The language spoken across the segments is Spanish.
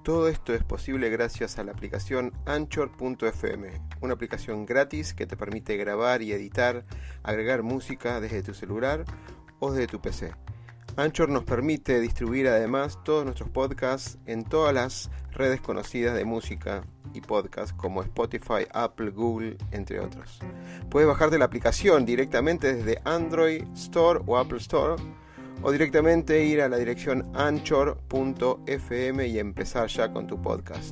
Todo esto es posible gracias a la aplicación Anchor.fm, una aplicación gratis que te permite grabar y editar, agregar música desde tu celular o desde tu PC. Anchor nos permite distribuir además todos nuestros podcasts en todas las redes conocidas de música y podcast como Spotify, Apple, Google, entre otros. Puedes bajarte la aplicación directamente desde Android Store o Apple Store, o directamente ir a la dirección anchor.fm y empezar ya con tu podcast.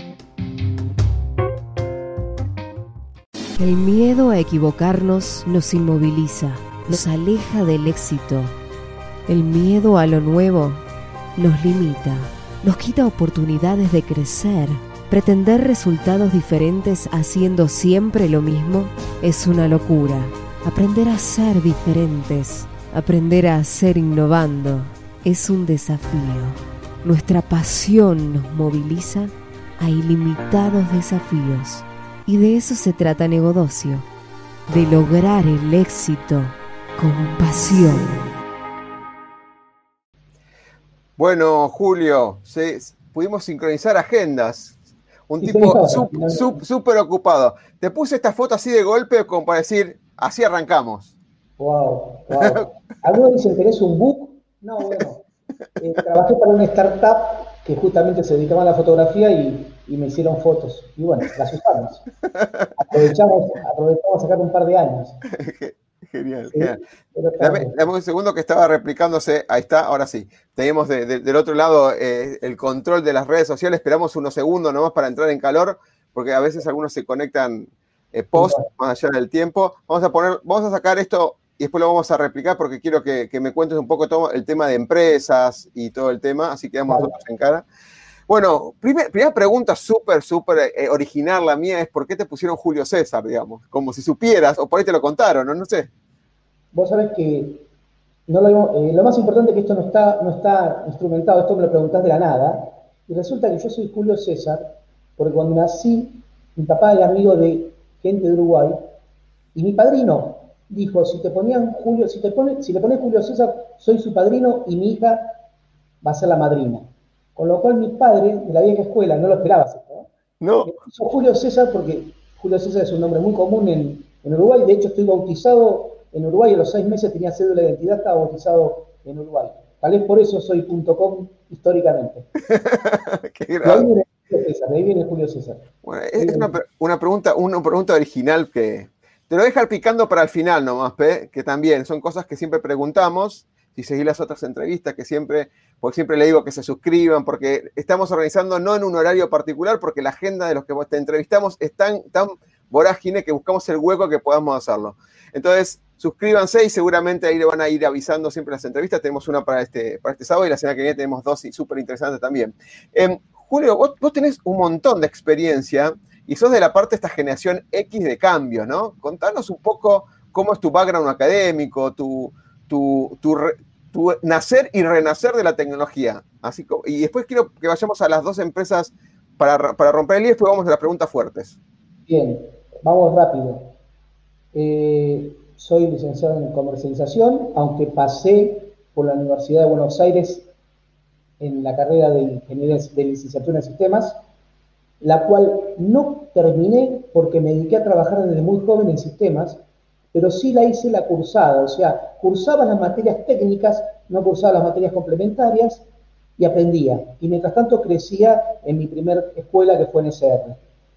El miedo a equivocarnos nos inmoviliza, nos aleja del éxito. El miedo a lo nuevo nos limita, nos quita oportunidades de crecer. Pretender resultados diferentes haciendo siempre lo mismo es una locura. Aprender a ser diferentes, aprender a ser innovando, es un desafío. Nuestra pasión nos moviliza a ilimitados desafíos. Y de eso se trata Negodocio, de lograr el éxito con pasión. Bueno, Julio, pudimos sincronizar agendas. Un tipo súper ocupado. Te puse esta foto así de golpe como para decir, así arrancamos. Wow. Algunos dicen, ¿tenés un book? No, bueno. Trabajé para una startup que justamente se dedicaba a la fotografía y me hicieron fotos. Y bueno, las usamos. Aprovechamos a sacar un par de años. Genial, ¿Sí? genial. Dame un segundo que estaba replicándose. Ahí está, ahora sí. Tenemos del otro lado el control de las redes sociales. Esperamos unos segundos nomás para entrar en calor, porque a veces algunos se conectan post, más allá del tiempo. Vamos a sacar esto y después lo vamos a replicar porque quiero que me cuentes un poco todo el tema de empresas y todo el tema, así quedamos nosotros en cara. Bueno, primera pregunta súper original la mía es ¿por qué te pusieron Julio César, digamos? Como si supieras, o por ahí te lo contaron, no sé. Vos sabés que lo más importante es que esto no está instrumentado, esto me lo preguntás de la nada, y resulta que yo soy Julio César, porque cuando nací, mi papá era amigo de gente de Uruguay, y mi padrino dijo, si le pones Julio César, soy su padrino y mi hija va a ser la madrina. Con lo cual mi padre, de la vieja escuela, no lo esperaba esto, ¿no? Me puso Julio César porque Julio César es un nombre muy común en Uruguay. De hecho, estoy bautizado en Uruguay. A los 6 meses tenía cédula de identidad, estaba bautizado en Uruguay. Tal vez por eso soy .com históricamente. Qué grave. De ahí viene Julio César. Bueno, es una pregunta original que te lo deja picando para el final nomás, que también son cosas que siempre preguntamos. Si seguís las otras entrevistas, porque siempre le digo que se suscriban, porque estamos organizando no en un horario particular, porque la agenda de los que te entrevistamos es tan vorágine que buscamos el hueco que podamos hacerlo. Entonces, suscríbanse y seguramente ahí le van a ir avisando siempre las entrevistas. Tenemos una para este sábado y la semana que viene tenemos 2 súper interesantes también. Julio, vos tenés un montón de experiencia y sos de la parte de esta generación X de cambios, ¿no? Contanos un poco cómo es tu background académico, tu nacer y renacer de la tecnología. Y después quiero que vayamos a las 2 empresas para romper el hielo y después vamos a las preguntas fuertes. Bien, vamos rápido. Soy licenciado en comercialización, aunque pasé por la Universidad de Buenos Aires en la carrera de ingeniería de licenciatura en sistemas, la cual no terminé porque me dediqué a trabajar desde muy joven en sistemas, pero sí la hice la cursada, o sea, cursaba las materias técnicas, no cursaba las materias complementarias y aprendía. Y mientras tanto crecía en mi primer escuela que fue en SR.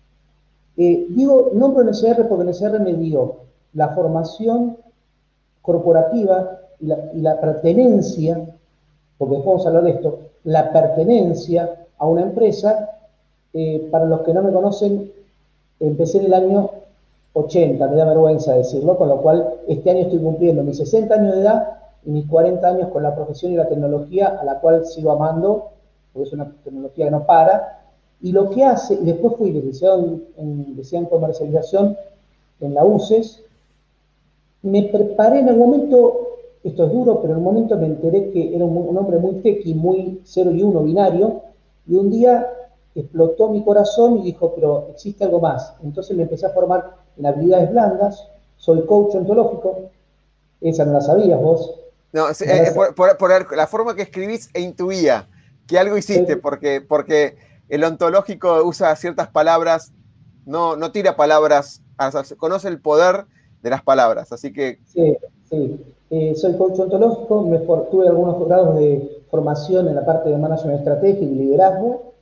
Nombro NSR porque NSR me dio la formación corporativa y la pertenencia, porque después vamos a hablar de esto, la pertenencia a una empresa. Para los que no me conocen, empecé en el año 80, me da vergüenza decirlo, con lo cual este año estoy cumpliendo mis 60 años de edad y mis 40 años con la profesión y la tecnología a la cual sigo amando, porque es una tecnología que no para. Y lo que hace, y después fui licenciado en comercialización en la UCES, me preparé en el momento, esto es duro, pero en el momento me enteré que era un hombre muy tequi, muy 0 y 1 binario, y un día explotó mi corazón y dijo, pero existe algo más. Entonces me empecé a formar en habilidades blandas, soy coach ontológico, esa no la sabías vos. No, por la forma que escribís intuía que algo hiciste, porque el ontológico usa ciertas palabras, no tira palabras, conoce el poder de las palabras, así que... Sí, sí. Soy coach ontológico, tuve algunos grados de formación en la parte de management estratégico y liderazgo.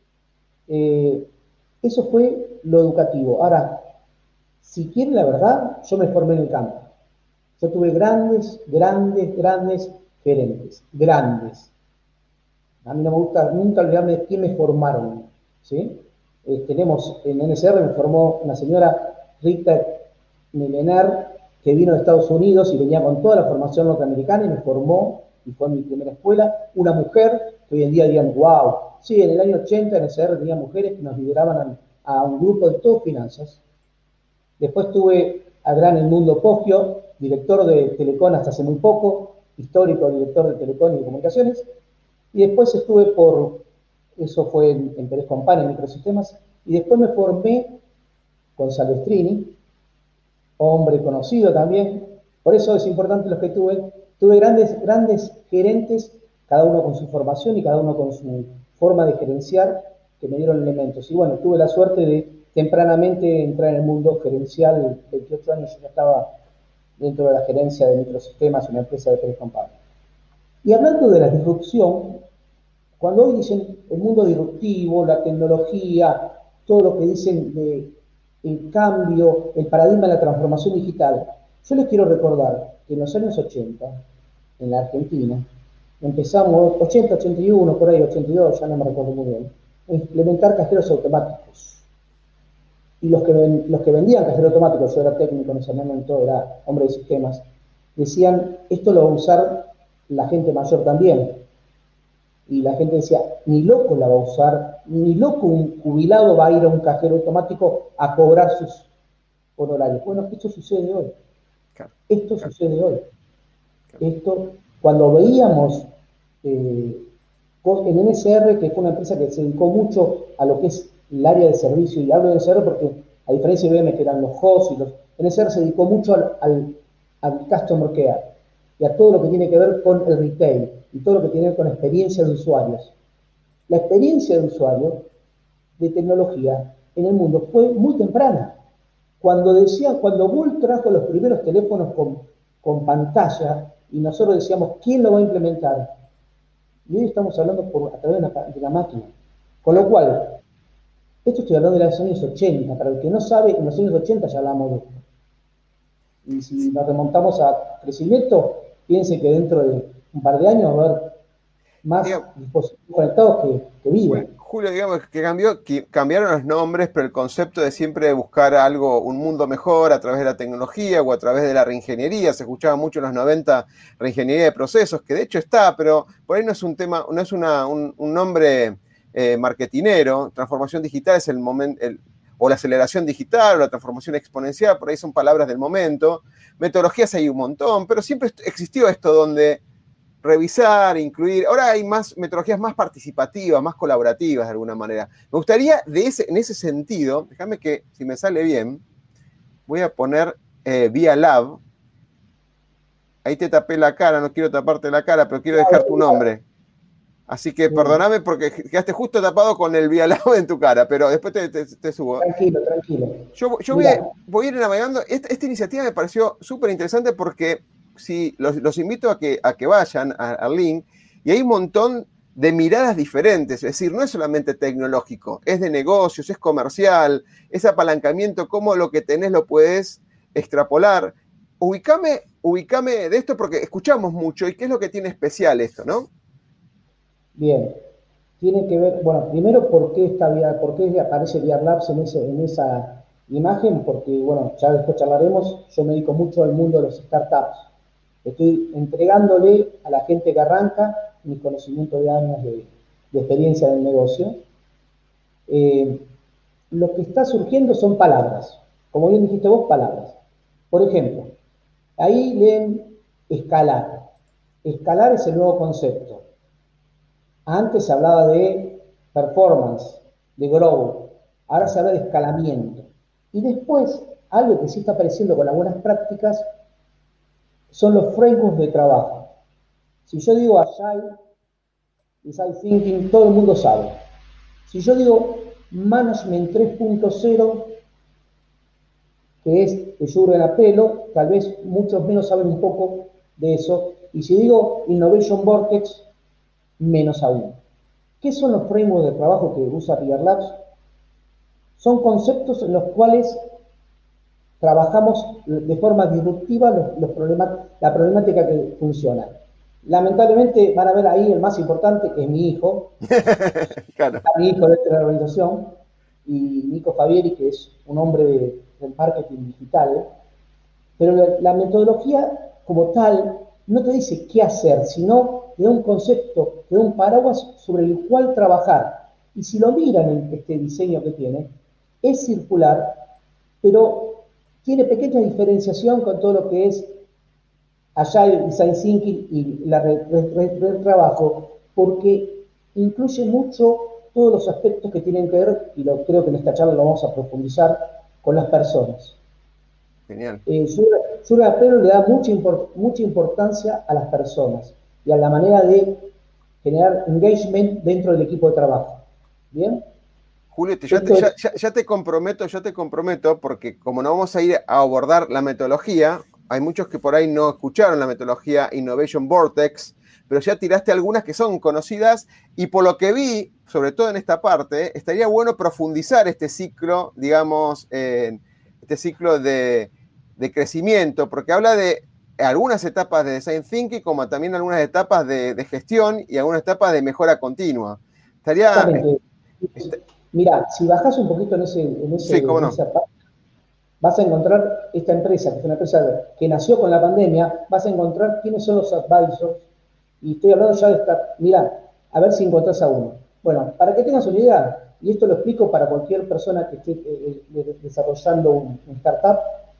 Eso fue lo educativo. Ahora, si quieren la verdad, yo me formé en el campo. Yo tuve grandes gerentes, grandes. A mí no me gusta nunca olvidarme de quién me formaron, ¿sí? Tenemos en NSR, me formó una señora Rita Milenar, que vino de Estados Unidos y venía con toda la formación norteamericana y me formó, y fue mi primera escuela. Una mujer que hoy en día digan, wow, sí, en el año 80 en NSR tenía mujeres que nos lideraban a un grupo de todo finanzas. Después tuve a gran Edmundo Poggio, director de Telecom hasta hace muy poco, histórico director de Telecom y de Comunicaciones. Y después estuve eso fue en Pérez Compán, en Microsistemas, y después me formé con Salvestrini, hombre conocido también. Por eso es importante los que tuve. Tuve grandes gerentes, cada uno con su formación y cada uno con su forma de gerenciar, que me dieron elementos. Y bueno, tuve la suerte de tempranamente entrar en el mundo gerencial. 28 años yo ya estaba dentro de la gerencia de Microsistemas, una empresa de Pérez Compán. Y hablando de la disrupción, cuando hoy dicen el mundo disruptivo, la tecnología, todo lo que dicen de el cambio, el paradigma de la transformación digital, yo les quiero recordar que en los años 80, en la Argentina, empezamos, 80, 81, por ahí 82, ya no me recuerdo muy bien, a implementar cajeros automáticos. Y los que vendían cajeros automáticos, yo era técnico en ese momento, era hombre de sistemas, decían, esto lo va a usar la gente mayor también. Y la gente decía, ni loco la va a usar, ni loco un jubilado va a ir a un cajero automático a cobrar sus honorarios. Bueno, esto sucede hoy. Esto sucede hoy. Esto, cuando veíamos en NSR, que fue una empresa que se dedicó mucho a lo que es el área de servicio, y hablo de NSR porque, a diferencia de IBM, que eran los hosts, NSR se dedicó mucho al customer care y a todo lo que tiene que ver con el retail y todo lo que tiene que ver con experiencia de usuarios. La experiencia de usuario de tecnología en el mundo fue muy temprana. Cuando Bull trajo los primeros teléfonos con pantalla y nosotros decíamos, ¿quién lo va a implementar? Y hoy estamos hablando a través de la máquina. Con lo cual, esto estoy hablando de los años 80. Para el que no sabe, en los años 80 ya hablamos de esto. Y si nos remontamos a crecimiento, piense que dentro de un par de años va a haber más dispositivos conectados que viven. Julio, digamos que cambiaron los nombres, pero el concepto de siempre buscar algo, un mundo mejor a través de la tecnología o a través de la reingeniería. Se escuchaba mucho en los 90 reingeniería de procesos, que de hecho está, pero por ahí no es un tema, no es un nombre marketinero. Transformación digital es el momento, o la aceleración digital, o la transformación exponencial, por ahí son palabras del momento. Metodologías hay un montón, pero siempre existió esto donde revisar, incluir. Ahora hay más metodologías más participativas, más colaborativas de alguna manera. Me gustaría, en ese sentido, déjame que, si me sale bien, voy a poner vía Lab. Ahí te tapé la cara, no quiero taparte la cara, pero quiero dejar tu nombre. Así que perdóname porque quedaste justo tapado con el vía Lab en tu cara, pero después te subo. Tranquilo. Yo voy a ir navegando. Esta iniciativa me pareció súper interesante porque sí, los invito a que vayan al link, y hay un montón de miradas diferentes, es decir, no es solamente tecnológico, es de negocios, es comercial, es apalancamiento, cómo lo que tenés lo puedes extrapolar. Ubicame de esto porque escuchamos mucho, y qué es lo que tiene especial esto, ¿no? Bien, tiene que ver, bueno, primero, ¿por qué aparece VR Labs en esa imagen? Porque, bueno, ya después charlaremos, yo me dedico mucho al mundo de los startups. Estoy entregándole a la gente que arranca mi conocimiento de años de experiencia en el negocio. Lo que está surgiendo son palabras. Como bien dijiste vos, palabras. Por ejemplo, ahí leen escalar. Escalar es el nuevo concepto. Antes se hablaba de performance, de growth. Ahora se habla de escalamiento. Y después, algo que sí está apareciendo con las buenas prácticas, son los frameworks de trabajo. Si yo digo Agile, Design Thinking, todo el mundo sabe. Si yo digo Management 3.0, que es de Jürgen Apelo, tal vez muchos menos saben un poco de eso. Y si digo Innovation Vortex, menos aún. ¿Qué son los frameworks de trabajo que usa River Labs? Son conceptos en los cuales trabajamos de forma disruptiva la problemática que funciona. Lamentablemente van a ver ahí el más importante, que es mi hijo. Claro. Está mi hijo dentro de la organización, y Nico Fabieri, que es un hombre del marketing digital. Pero la metodología como tal no te dice qué hacer, sino te da un concepto, te da un paraguas sobre el cual trabajar. Y si lo miran en este diseño que tiene, es circular, pero tiene pequeña diferenciación con todo lo que es Agile Design Thinking y la red de trabajo, porque incluye mucho todos los aspectos que tienen que ver, y creo que en esta charla lo vamos a profundizar, con las personas. Genial. Jürgen Apelo le da mucha importancia a las personas y a la manera de generar engagement dentro del equipo de trabajo. ¿Bien? Julio, ya te comprometo, porque como no vamos a ir a abordar la metodología, hay muchos que por ahí no escucharon la metodología Innovation Vortex, pero ya tiraste algunas que son conocidas, y por lo que vi, sobre todo en esta parte, estaría bueno profundizar este ciclo, digamos, este ciclo de crecimiento, porque habla de algunas etapas de Design Thinking, como también algunas etapas de gestión y algunas etapas de mejora continua. Exactamente. Mira, si bajas un poquito Sí, cómo en no. esa parte, vas a encontrar esta empresa, que es una empresa que nació con la pandemia, vas a encontrar quiénes son los advisors, y estoy hablando ya de esta, mira, a ver si encontrás a uno. Bueno, para que tengas una idea, y esto lo explico para cualquier persona que esté desarrollando un startup,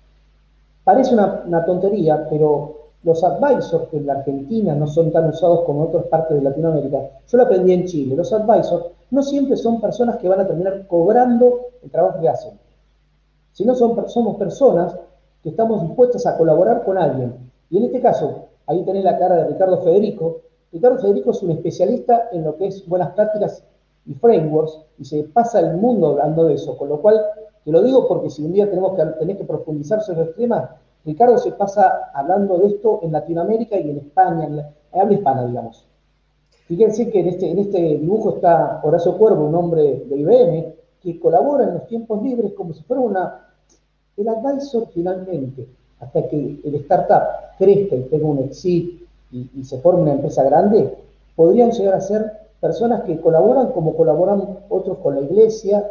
parece una tontería, pero los advisors que en la Argentina no son tan usados como en otras partes de Latinoamérica, yo lo aprendí en Chile. Los advisors no siempre son personas que van a terminar cobrando el trabajo que hacen, sino somos personas que estamos dispuestas a colaborar con alguien. Y en este caso, ahí tenés la cara de Ricardo Federico. Ricardo Federico es un especialista en lo que es buenas prácticas y frameworks, y se pasa el mundo hablando de eso, con lo cual te lo digo porque si un día tenés que profundizar sobre el tema, Ricardo se pasa hablando de esto en Latinoamérica y en España, en habla hispana, digamos. Fíjense que en este dibujo está Horacio Cuervo, un hombre de IBM, que colabora en los tiempos libres como si fuera el advisor finalmente, hasta que el startup crezca y tenga un exit y se forme una empresa grande, podrían llegar a ser personas que colaboran como colaboran otros con la iglesia.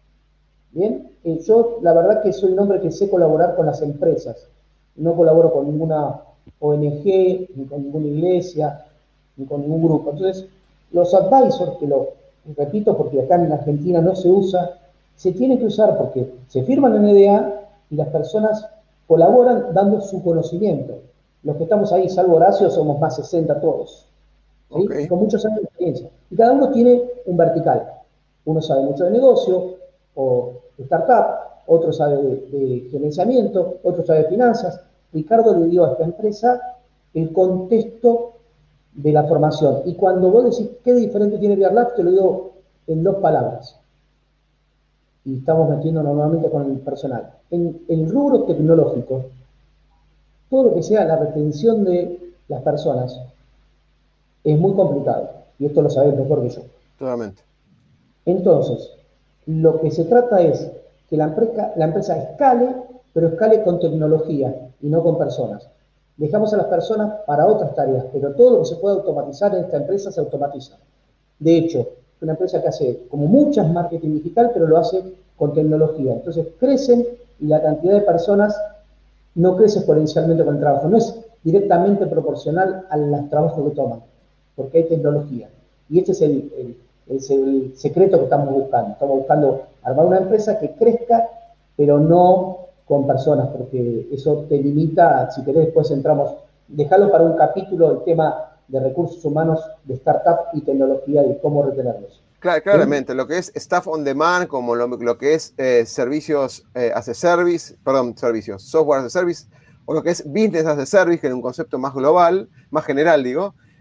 Bien, yo la verdad que soy un hombre que sé colaborar con las empresas, no colaboro con ninguna ONG, ni con ninguna iglesia, ni con ningún grupo. Entonces, los advisors, que lo repito porque acá en Argentina no se usa, se tienen que usar porque se firman en NDA y las personas colaboran dando su conocimiento. Los que estamos ahí, salvo Horacio, somos más 60 todos, ¿sí? Okay. Con muchos años de experiencia. Y cada uno tiene un vertical. Uno sabe mucho de negocio o de startup, otro sabe de gerenciamiento, otro sabe de finanzas. Ricardo le dio a esta empresa el contexto de la formación. Y cuando vos decís qué diferente tiene River Labs, te lo digo en 2 palabras. Y estamos metiéndonos nuevamente con el personal. En el rubro tecnológico, todo lo que sea la retención de las personas es muy complicado. Y esto lo sabés mejor que yo. Totalmente. Entonces, lo que se trata es que la empresa escale, pero escale con tecnología y no con personas. Dejamos a las personas para otras tareas, pero todo lo que se puede automatizar en esta empresa se automatiza. De hecho, es una empresa que hace como muchas marketing digital, pero lo hace con tecnología. Entonces crecen y la cantidad de personas no crece exponencialmente con el trabajo. No es directamente proporcional a los trabajos que toman, porque hay tecnología. Y este es el secreto que estamos buscando. Estamos buscando armar una empresa que crezca, pero no con personas, porque eso te limita. Si querés, después entramos, dejarlo para un capítulo, el tema de recursos humanos, de startup y tecnología y cómo retenerlos. Claramente, ¿sí? Lo que es staff on demand, como lo que es servicios as a service, software as a service, o lo que es business as a service, que es un concepto más global, más general, digo.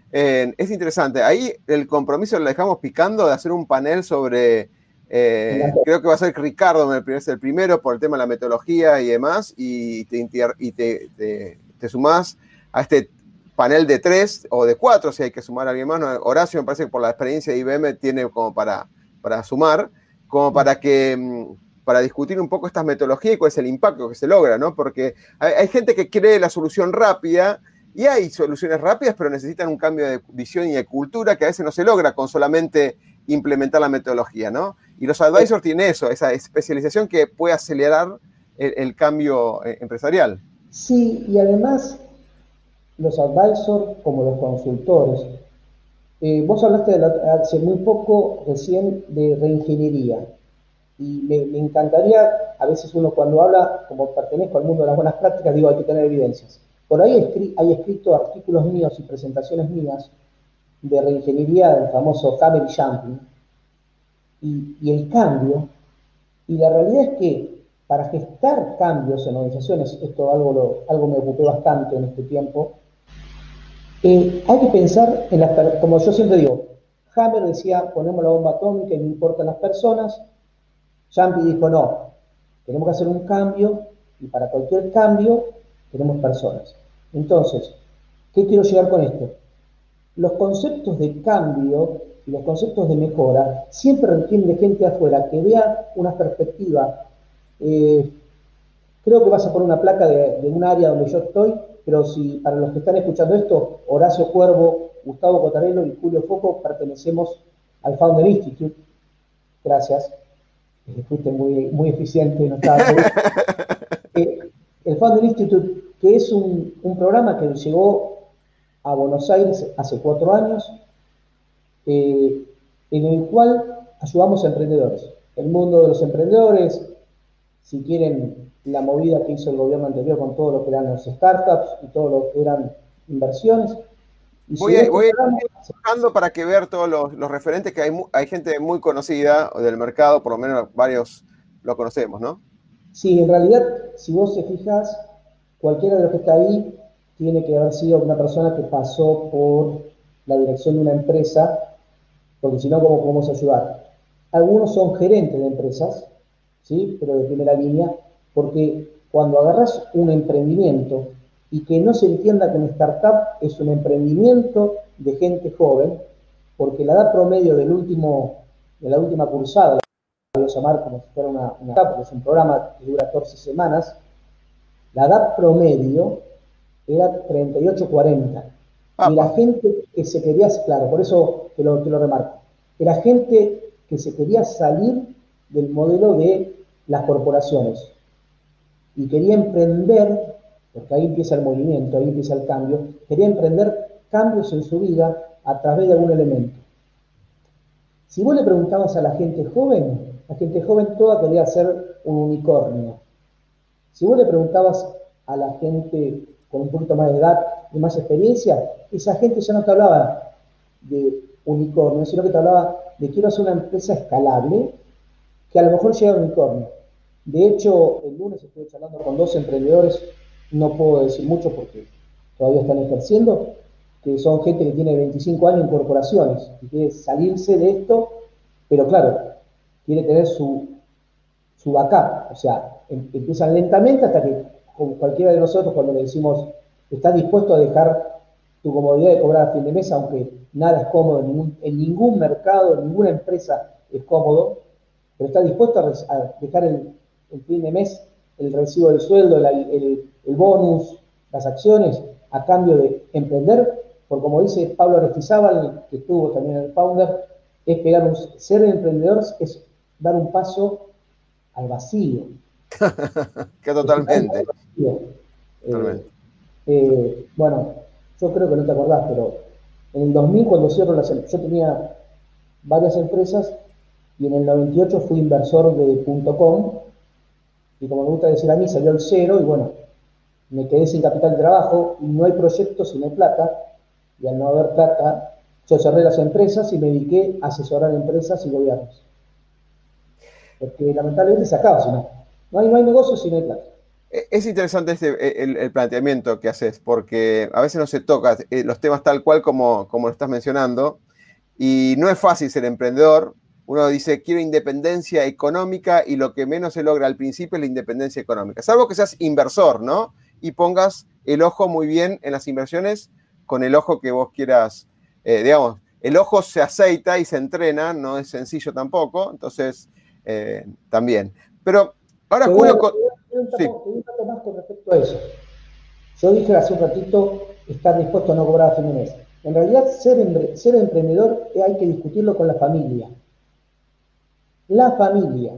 Es interesante. Ahí el compromiso lo dejamos picando de hacer un panel sobre, creo que va a ser Ricardo el primero por el tema de la metodología y demás, y te sumás a este panel de 3 o de 4, si hay que sumar a alguien más. No, Horacio me parece que por la experiencia de IBM tiene como para sumar, como para discutir un poco estas metodologías y cuál es el impacto que se logra, ¿no? Porque hay gente que quiere la solución rápida, y hay soluciones rápidas, pero necesitan un cambio de visión y de cultura que a veces no se logra con solamente implementar la metodología, ¿no? Y los advisors tienen eso, esa especialización que puede acelerar el cambio empresarial. Sí, y además los advisors como los consultores. Vos hablaste hace muy poco recién de reingeniería y me encantaría, a veces uno cuando habla, como pertenezco al mundo de las buenas prácticas, digo hay que tener evidencias. Por ahí hay escrito artículos míos y presentaciones mías de reingeniería del famoso Hammer y Champlin y el cambio, y la realidad es que para gestar cambios en organizaciones, esto algo me ocupé bastante en este tiempo, hay que pensar en como yo siempre digo, Hammer decía, ponemos la bomba atómica y no importan las personas. Champi dijo, no, tenemos que hacer un cambio y para cualquier cambio tenemos personas. Entonces, ¿qué quiero llegar con esto? Los conceptos de cambio y los conceptos de mejora siempre requieren de gente afuera que vea una perspectiva. Creo que vas a poner una placa de un área donde yo estoy, pero si para los que están escuchando esto, Horacio Cuervo, Gustavo Cotarello y Julio Foco pertenecemos al Founder Institute. Gracias. Fuiste muy, muy eficiente. No estaba el Founder Institute, que es un programa que llegó a Buenos Aires hace 4 años, en el cual ayudamos a emprendedores. El mundo de los emprendedores, si quieren, la movida que hizo el gobierno anterior con todo lo que eran los startups y todo lo que eran inversiones. Voy a ir buscando para que ver todos los referentes, que hay gente muy conocida del mercado, por lo menos varios lo conocemos, ¿no? Sí, en realidad, si vos te fijas, cualquiera de los que está ahí tiene que haber sido una persona que pasó por la dirección de una empresa, porque si no, ¿cómo podemos ayudar? Algunos son gerentes de empresas, ¿sí? Pero de primera línea, porque cuando agarras un emprendimiento y que no se entienda que una startup es un emprendimiento de gente joven, porque la edad promedio de la última cursada, la voy a llamar como si fuera una etapa, porque es un programa que dura 14 semanas, la edad promedio era 38-40. Y la gente que se quería, claro, por eso te lo remarco, era gente que se quería salir del modelo de las corporaciones y quería emprender, porque ahí empieza el movimiento, ahí empieza el cambio, quería emprender cambios en su vida a través de algún elemento. Si vos le preguntabas a la gente joven toda quería ser un unicornio. Si vos le preguntabas a la gente con un poquito más de edad y más experiencia, esa gente ya no te hablaba de unicornio, sino que te hablaba de quiero hacer una empresa escalable que a lo mejor llega a unicornio. De hecho, el lunes estuve charlando con 2 emprendedores, no puedo decir mucho porque todavía están ejerciendo, que son gente que tiene 25 años en corporaciones y quiere salirse de esto, pero claro, quiere tener su backup, o sea, empiezan lentamente hasta que, como cualquiera de nosotros, cuando le decimos, ¿estás dispuesto a dejar tu comodidad de cobrar a fin de mes, aunque nada es cómodo en ningún mercado, en ninguna empresa es cómodo, pero estás dispuesto a dejar el fin de mes, el recibo del sueldo, el bonus, las acciones, a cambio de emprender? Porque como dice Pablo Aristizábal, que estuvo también en el Founder, ser emprendedor es dar un paso al vacío. Que totalmente. Bueno, yo creo que no te acordás, pero en el 2000 cuando cierro yo tenía varias empresas y en el 98 fui inversor de .com y como me gusta decir a mí, salió el cero y bueno, me quedé sin capital de trabajo y no hay proyectos y no hay plata, y al no haber plata, yo cerré las empresas y me dediqué a asesorar empresas y gobiernos. Porque lamentablemente se acaba, si no. No hay negocio si no hay plata. Es interesante el planteamiento que haces, porque a veces no se toca los temas tal cual como lo estás mencionando, y no es fácil ser emprendedor. Uno dice, quiero independencia económica, y lo que menos se logra al principio es la independencia económica, salvo que seas inversor, ¿no? Y pongas el ojo muy bien en las inversiones con el ojo que vos quieras, digamos, el ojo se aceita y se entrena, no es sencillo tampoco, entonces también. Pero ahora, Julio, sí. Te doy un dato más con respecto a eso. Yo dije hace un ratito estar dispuesto a no cobrar a fin de mes. En realidad, ser emprendedor hay que discutirlo con la familia. La familia.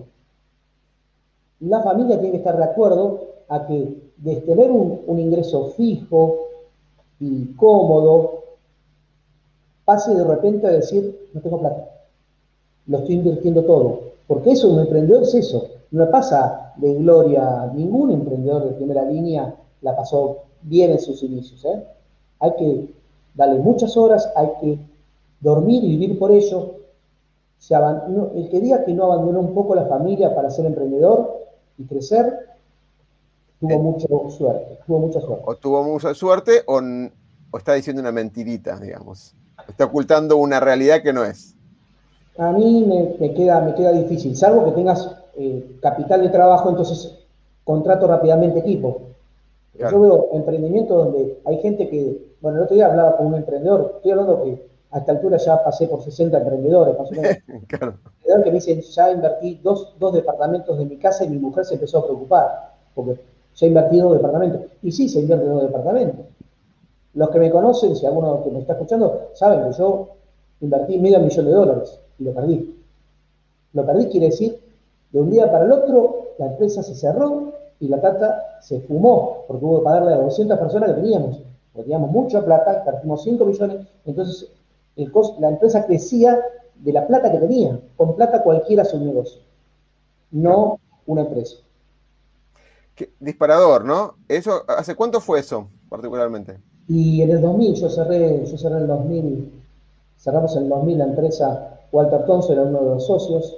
La familia tiene que estar de acuerdo a que de tener un ingreso fijo y cómodo, pase de repente a decir, no tengo plata, lo estoy invirtiendo todo. Porque eso, un emprendedor es eso. No pasa de gloria, ningún emprendedor de primera línea la pasó bien en sus inicios. Hay que darle muchas horas, hay que dormir y vivir por ello. El que diga que no abandonó un poco la familia para ser emprendedor y crecer, tuvo mucha suerte. O tuvo mucha suerte o está diciendo una mentirita, digamos. Está ocultando una realidad que no es. A mí me queda difícil, salvo que tengas capital de trabajo, entonces contrato rápidamente equipo. Claro. Yo veo emprendimientos donde hay gente que, bueno, el otro día hablaba con un emprendedor, estoy hablando que a esta altura ya pasé por 60 emprendedores, más o menos. Claro. Que me dicen, ya invertí dos departamentos de mi casa y mi mujer se empezó a preocupar, porque ya invertí 2 departamentos. Y sí, se invierte en 2 departamentos. Los que me conocen, si alguno que me está escuchando, saben que yo invertí $500,000 y lo perdí. Lo perdí quiere decir, de un día para el otro, la empresa se cerró y la plata se fumó, porque hubo que pagarle a 200 personas que teníamos. Porque teníamos mucha plata, invertimos 5 millones, entonces la empresa crecía de la plata que tenía. Con plata cualquiera hace un negocio, no una empresa. Qué disparador, ¿no? Eso, ¿hace cuánto fue eso, particularmente? Y en el 2000, yo cerré en el 2000, cerramos en el 2000 la empresa. Walter Thompson era uno de los socios.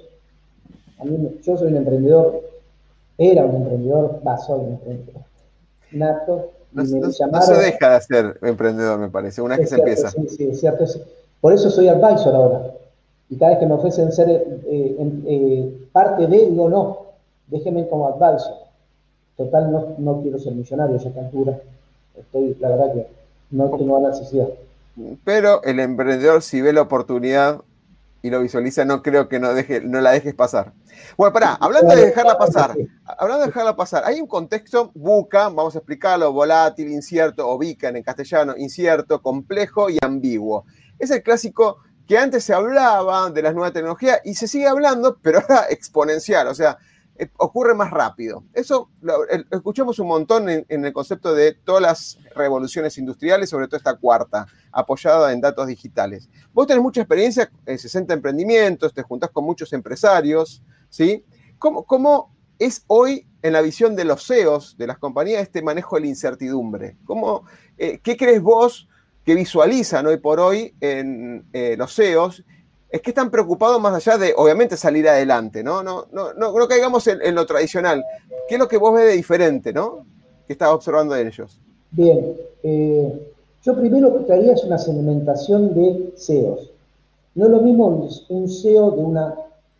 Yo soy un emprendedor, era un emprendedor, soy un emprendedor nato. No se deja de ser emprendedor, me parece, una vez que se empieza. Sí, es cierto. Por eso soy advisor ahora. Y cada vez que me ofrecen ser parte de, digo, no, déjenme como advisor. Total, no quiero ser millonario a esta altura. La verdad que no tengo la necesidad. Pero el emprendedor, si ve la oportunidad y lo visualiza, no creo que no la dejes pasar. Bueno, pará, hablando de dejarla pasar, hay un contexto VUCA, vamos a explicarlo, volátil, incierto, o VICA en castellano, incierto, complejo y ambiguo. Es el clásico que antes se hablaba de las nuevas tecnologías y se sigue hablando, pero ahora exponencial, o sea, ocurre más rápido. Eso lo escuchamos un montón en el concepto de todas las revoluciones industriales, sobre todo esta cuarta, apoyada en datos digitales. Vos tenés mucha experiencia en 60 emprendimientos, te juntás con muchos empresarios, ¿sí? ¿Cómo es hoy, en la visión de los CEOs de las compañías, este manejo de la incertidumbre? ¿Qué crees vos que visualizan hoy por hoy en los CEOs? Es que están preocupados más allá de, obviamente, salir adelante, ¿no? No caigamos en lo tradicional. ¿Qué es lo que vos ves de diferente, ¿no? ¿Qué estás observando de ellos? Bien. Yo primero lo que traía es una segmentación de CEOs. No es lo mismo un CEO de una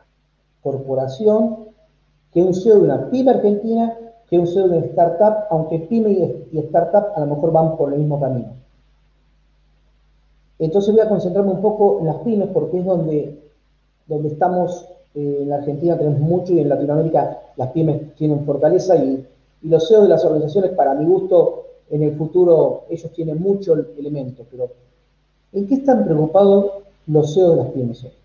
corporación que un CEO de una pyme argentina, que un CEO de una startup, aunque pyme y startup a lo mejor van por el mismo camino. Entonces voy a concentrarme un poco en las pymes porque es donde estamos. En la Argentina tenemos mucho y en Latinoamérica las pymes tienen fortaleza y los CEOs de las organizaciones, para mi gusto, en el futuro ellos tienen mucho elemento. Pero ¿en qué están preocupados los CEOs de las pymes hoy?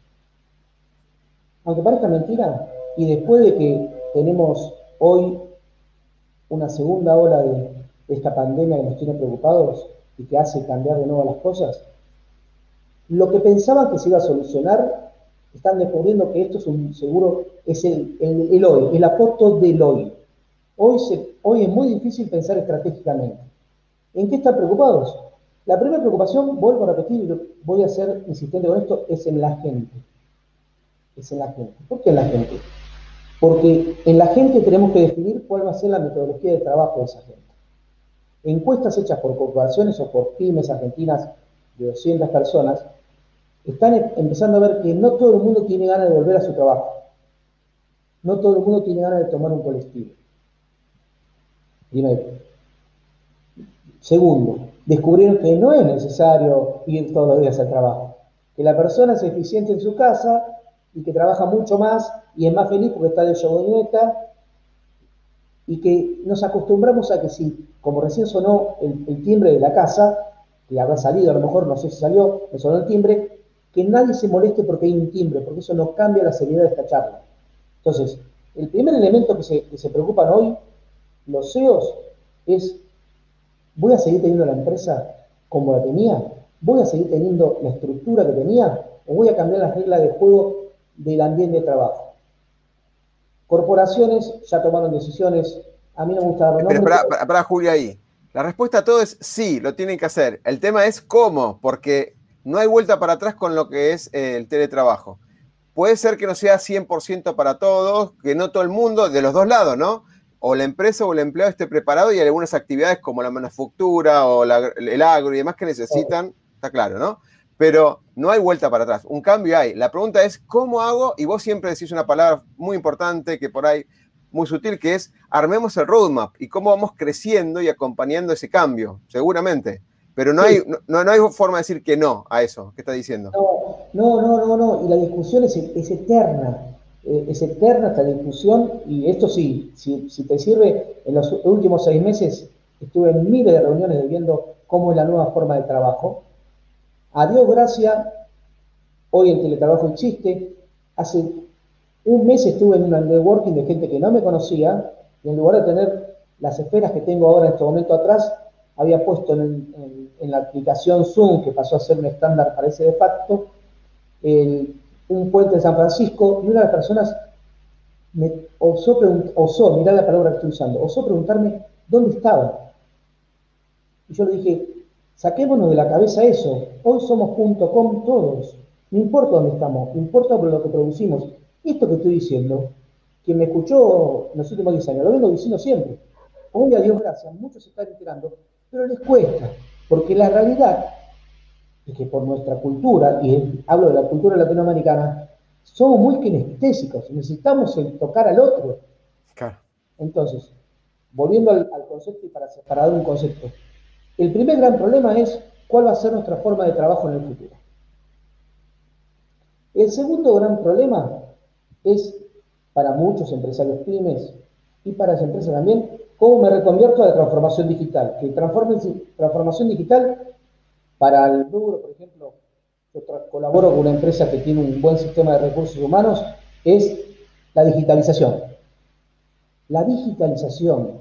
Aunque parezca mentira, y después de que tenemos hoy una segunda ola de esta pandemia que nos tiene preocupados y que hace cambiar de nuevo las cosas, lo que pensaban que se iba a solucionar, están descubriendo que esto es el hoy, el aposto del hoy. Hoy es muy difícil pensar estratégicamente. ¿En qué están preocupados? La primera preocupación, vuelvo a repetir, y voy a ser insistente con esto, es en la gente. Es en la gente. ¿Por qué en la gente? Porque en la gente tenemos que definir cuál va a ser la metodología de trabajo de esa gente. Encuestas hechas por corporaciones o por pymes argentinas de 200 personas están empezando a ver que no todo el mundo tiene ganas de volver a su trabajo. No todo el mundo tiene ganas de tomar un colectivo. Primero. Segundo, descubrieron que no es necesario ir todos los días al trabajo. Que la persona es eficiente en su casa y que trabaja mucho más y es más feliz porque está de yoguineta, y que nos acostumbramos a que si, como recién sonó el timbre de la casa, que habrá salido, a lo mejor no sé si salió, me sonó el timbre, que nadie se moleste porque hay un timbre, porque eso no cambia la seriedad de esta charla. Entonces, el primer elemento que se preocupan hoy los CEOs es: ¿voy a seguir teniendo la empresa como la tenía? ¿Voy a seguir teniendo la estructura que tenía? ¿O voy a cambiar las reglas de juego del ambiente de trabajo? Corporaciones ya tomaron decisiones. A mí no me gusta dar nombres. Pero para Julio ahí. La respuesta a todo es sí, lo tienen que hacer. El tema es cómo, porque no hay vuelta para atrás con lo que es el teletrabajo. Puede ser que no sea 100% para todos, que no todo el mundo, de los dos lados, ¿no? O la empresa o el empleado esté preparado y hay algunas actividades como la manufactura o el agro y demás que necesitan, está claro, ¿no? Pero no hay vuelta para atrás, un cambio hay. La pregunta es, ¿cómo hago? Y vos siempre decís una palabra muy importante que por ahí, muy sutil, que es armemos el roadmap y cómo vamos creciendo y acompañando ese cambio, seguramente. Pero no, sí. no hay forma de decir que no a eso que está diciendo. No. Y la discusión es eterna. Es eterna esta discusión, y esto sí, si te sirve, en los últimos 6 meses estuve en miles de reuniones viendo cómo es la nueva forma de trabajo. A Dios gracias, hoy el teletrabajo existe. Hace un mes estuve en un networking de gente que no me conocía, y en lugar de tener las esferas que tengo ahora en este momento atrás, había puesto en la aplicación Zoom, que pasó a ser un estándar, parece de facto, un puente de San Francisco, y una de las personas me osó, mirá la palabra que estoy usando, osó preguntarme dónde estaba. Y yo le dije: saquémonos de la cabeza eso. Hoy somos .com todos. No importa dónde estamos, importa por lo que producimos. Esto que estoy diciendo, quien me escuchó en los últimos 10 años, lo vengo diciendo siempre. Hoy, a Dios gracias, muchos se están enterando, pero les cuesta, porque la realidad es que por nuestra cultura, y hablo de la cultura latinoamericana, somos muy kinestésicos, necesitamos tocar al otro. Claro. Entonces, volviendo al concepto y para separar un concepto, el primer gran problema es cuál va a ser nuestra forma de trabajo en el futuro. El segundo gran problema es, para muchos empresarios pymes y para las empresas también, cómo me reconvierto a la transformación digital. Que transformación digital, para el rubro, por ejemplo, yo colaboro con una empresa que tiene un buen sistema de recursos humanos, es la digitalización. La digitalización,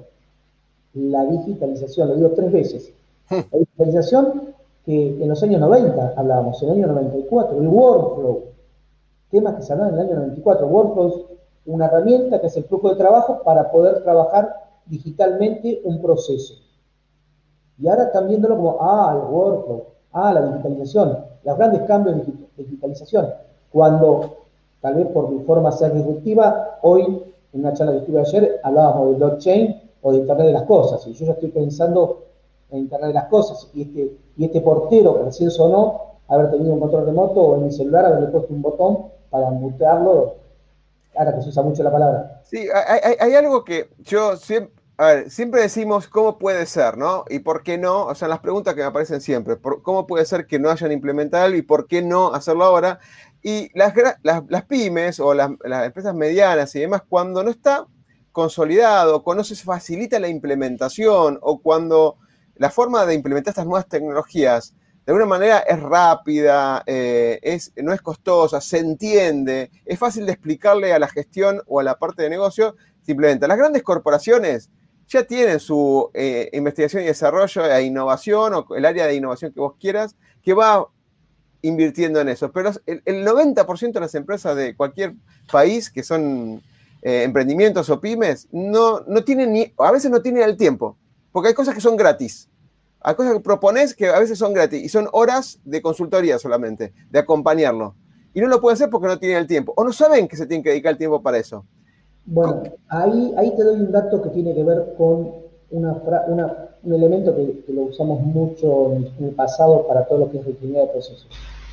lo digo 3 veces. La digitalización que en los años 90 hablábamos, en el año 94, el workflow, temas que se hablaban en el año 94, workflow es una herramienta que es el flujo de trabajo para poder trabajar digitalmente un proceso. Y ahora están viéndolo como, el workflow, la digitalización, los grandes cambios de digitalización, cuando, tal vez por mi forma de ser disruptiva, hoy, en una charla que estuve ayer, hablábamos de blockchain o de Internet de las Cosas, y yo ya estoy pensando en Internet de las Cosas, y este portero que recién sonó, haber tenido un control remoto, o en mi celular haberle puesto un botón para mutearlo, ahora que se usa mucho la palabra. Sí, hay algo que yo siempre decimos cómo puede ser, ¿no? Y por qué no, o sea, las preguntas que me aparecen siempre, cómo puede ser que no hayan implementado y por qué no hacerlo ahora. Y las pymes o las empresas medianas y demás, cuando no está consolidado, cuando no se facilita la implementación o cuando la forma de implementar estas nuevas tecnologías de alguna manera es rápida, no es costosa, se entiende, es fácil de explicarle a la gestión o a la parte de negocio, simplemente. Las grandes corporaciones ya tienen su investigación y desarrollo e innovación, o el área de innovación que vos quieras, que va invirtiendo en eso. Pero el 90% de las empresas de cualquier país que son emprendimientos o pymes, no tienen a veces no tienen el tiempo, porque hay cosas que son gratis. Hay cosas que propones que a veces son gratis y son horas de consultoría solamente, de acompañarlo. Y no lo pueden hacer porque no tienen el tiempo o no saben que se tienen que dedicar el tiempo para eso. Bueno, ahí te doy un dato que tiene que ver con un elemento que lo usamos mucho en el pasado para todo lo que es ingeniería de procesos.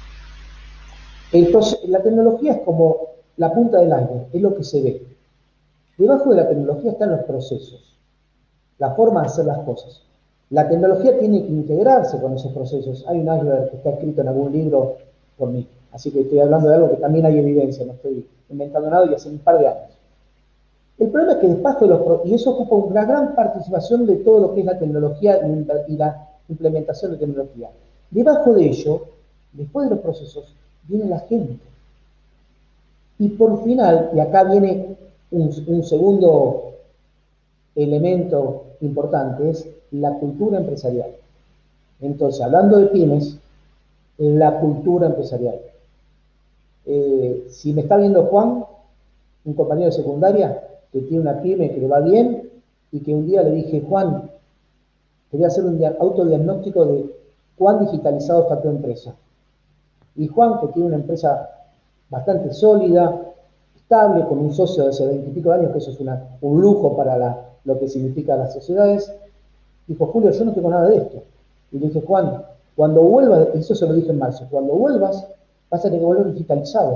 La tecnología es como la punta del iceberg, es lo que se ve. Debajo de la tecnología están los procesos, la forma de hacer las cosas. La tecnología tiene que integrarse con esos procesos. Hay un iceberg que está escrito en algún libro por mí, así que estoy hablando de algo que también hay evidencia, no estoy inventando nada y hace un par de años. El problema es que debajo de y eso ocupa una gran participación de todo lo que es la tecnología y la implementación de tecnología. Debajo de ello, después de los procesos, viene la gente. Y por final, y acá viene un segundo elemento importante, es la cultura empresarial. Entonces, hablando de pymes, la cultura empresarial. Si me está viendo Juan, un compañero de secundaria, que tiene una pyme que le va bien, y que un día le dije, Juan, te voy a hacer un autodiagnóstico de cuán digitalizado está tu empresa. Y Juan, que tiene una empresa bastante sólida, estable, con un socio de hace 20 y pico de años, que eso es un lujo para lo que significa las sociedades, dijo, Julio, yo no tengo nada de esto. Y le dije, Juan, cuando vuelvas, eso se lo dije en marzo, cuando vuelvas vas a tener que volver digitalizado.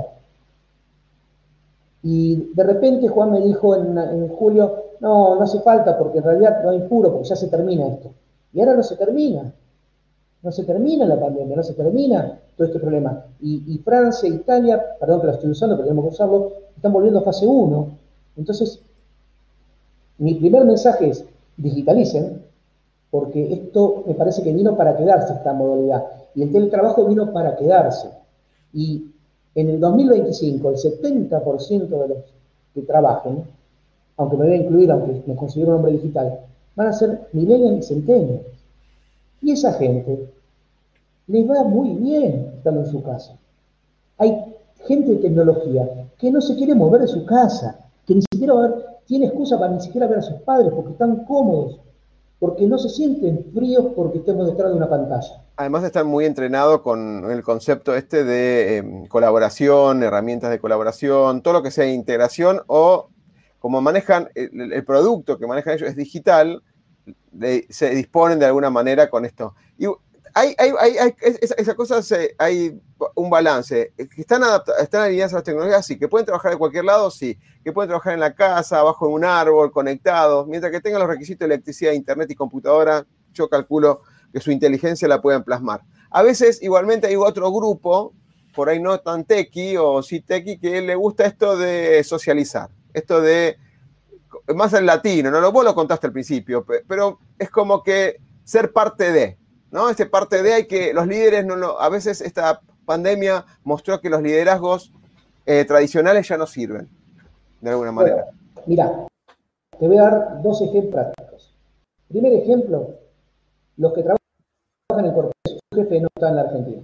Y de repente Juan me dijo en julio, no hace falta porque en realidad no hay puro, porque ya se termina esto. Y ahora no se termina la pandemia, no se termina todo este problema. Y Francia, Italia, perdón que la estoy usando, pero tenemos que usarlo, están volviendo a fase 1. Entonces, mi primer mensaje es, digitalicen, porque esto me parece que vino para quedarse esta modalidad. Y el teletrabajo vino para quedarse. Y en el 2025, el 70% de los que trabajen, aunque me voy a incluir, aunque me considero un hombre digital, van a ser millennials y centennials. Y esa gente les va muy bien estando en su casa. Hay gente de tecnología que no se quiere mover de su casa, que ni siquiera tiene excusa para ni siquiera ver a sus padres porque están cómodos, porque no se sienten fríos porque estemos detrás de una pantalla. Además de estar muy entrenado con el concepto este de colaboración, herramientas de colaboración, todo lo que sea integración o como manejan el producto que manejan ellos es digital, se disponen de alguna manera con esto. Y esas cosas, hay un balance. ¿Están alineadas a las tecnologías? Sí. ¿Que pueden trabajar de cualquier lado? Sí. ¿Que pueden trabajar en la casa, abajo en un árbol, conectados? Mientras que tengan los requisitos de electricidad, internet y computadora, yo calculo que su inteligencia la pueden plasmar. A veces, igualmente, hay otro grupo, por ahí no tan tequi o sí tequi, que le gusta esto de socializar, esto de, más en latino, ¿no? Vos lo contaste al principio, pero es como que ser parte de, ¿no? Este parte de, los líderes, a veces esta pandemia mostró que los liderazgos tradicionales ya no sirven, de alguna manera. Bueno, mira, te voy a dar 2 ejemplos prácticos. Primer ejemplo, los que trabajan en el corporación, su jefe no está en la Argentina.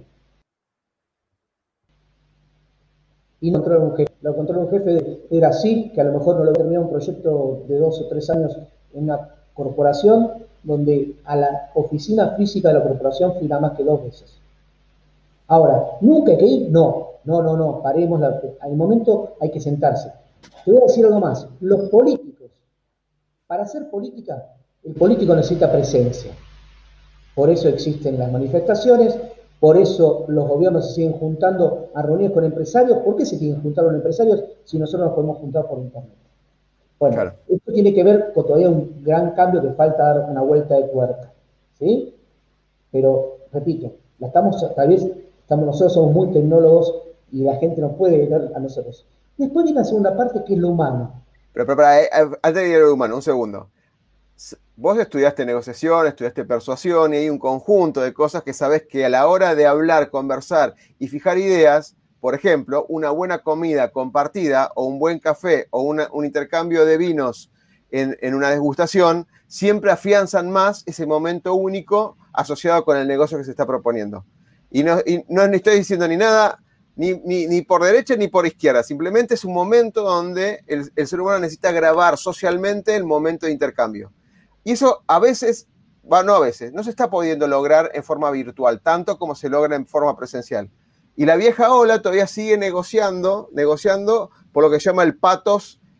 Y no controla un jefe. Lo controla un jefe de Brasil, que a lo mejor no lo termina un proyecto de 2 o 3 años en una corporación, donde a la oficina física de la corporación fui nada más que 2 veces. Ahora, ¿nunca hay que ir? No, paremos. Al momento hay que sentarse. Te voy a decir algo más. Los políticos, para hacer política, el político necesita presencia. Por eso existen las manifestaciones, por eso los gobiernos se siguen juntando a reuniones con empresarios. ¿Por qué se tienen que juntar los empresarios si nosotros nos podemos juntar por internet? Bueno, claro. Esto tiene que ver con todavía un gran cambio que falta dar una vuelta de tuerca, ¿sí? Pero, repito, tal vez nosotros somos muy tecnólogos y la gente nos puede ver a nosotros. Después viene la segunda parte, que es lo humano. Pero antes de ir a lo humano, un segundo. Vos estudiaste negociación, estudiaste persuasión y hay un conjunto de cosas que sabés que a la hora de hablar, conversar y fijar ideas, por ejemplo, una buena comida compartida o un buen café o un intercambio de vinos en una degustación, siempre afianzan más ese momento único asociado con el negocio que se está proponiendo. Y no estoy diciendo ni nada, ni por derecha ni por izquierda, simplemente es un momento donde el ser humano necesita grabar socialmente el momento de intercambio. Y eso a veces, no se está pudiendo lograr en forma virtual, tanto como se logra en forma presencial. Y la vieja ola todavía sigue negociando por lo que se llama el pathos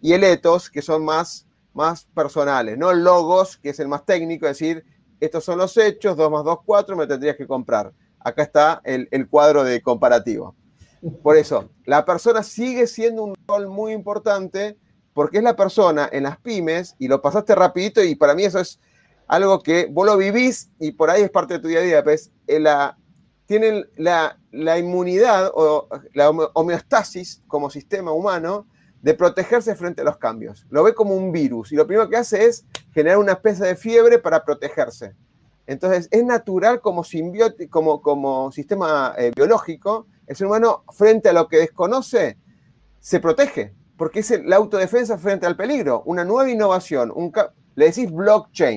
y el ethos, que son más personales, ¿no? El logos, que es el más técnico, es decir, estos son los hechos, 2 más 2, 4, me tendrías que comprar. Acá está el cuadro de comparativo. Por eso, la persona sigue siendo un rol muy importante porque es la persona en las pymes, y lo pasaste rapidito, y para mí eso es algo que vos lo vivís y por ahí es parte de tu día a día, pues, tienen la inmunidad o la homeostasis como sistema humano de protegerse frente a los cambios. Lo ve como un virus y lo primero que hace es generar una especie de fiebre para protegerse. Entonces, es natural como simbiótico, como sistema biológico, el ser humano frente a lo que desconoce se protege, porque es la autodefensa frente al peligro, una nueva innovación, le decís blockchain,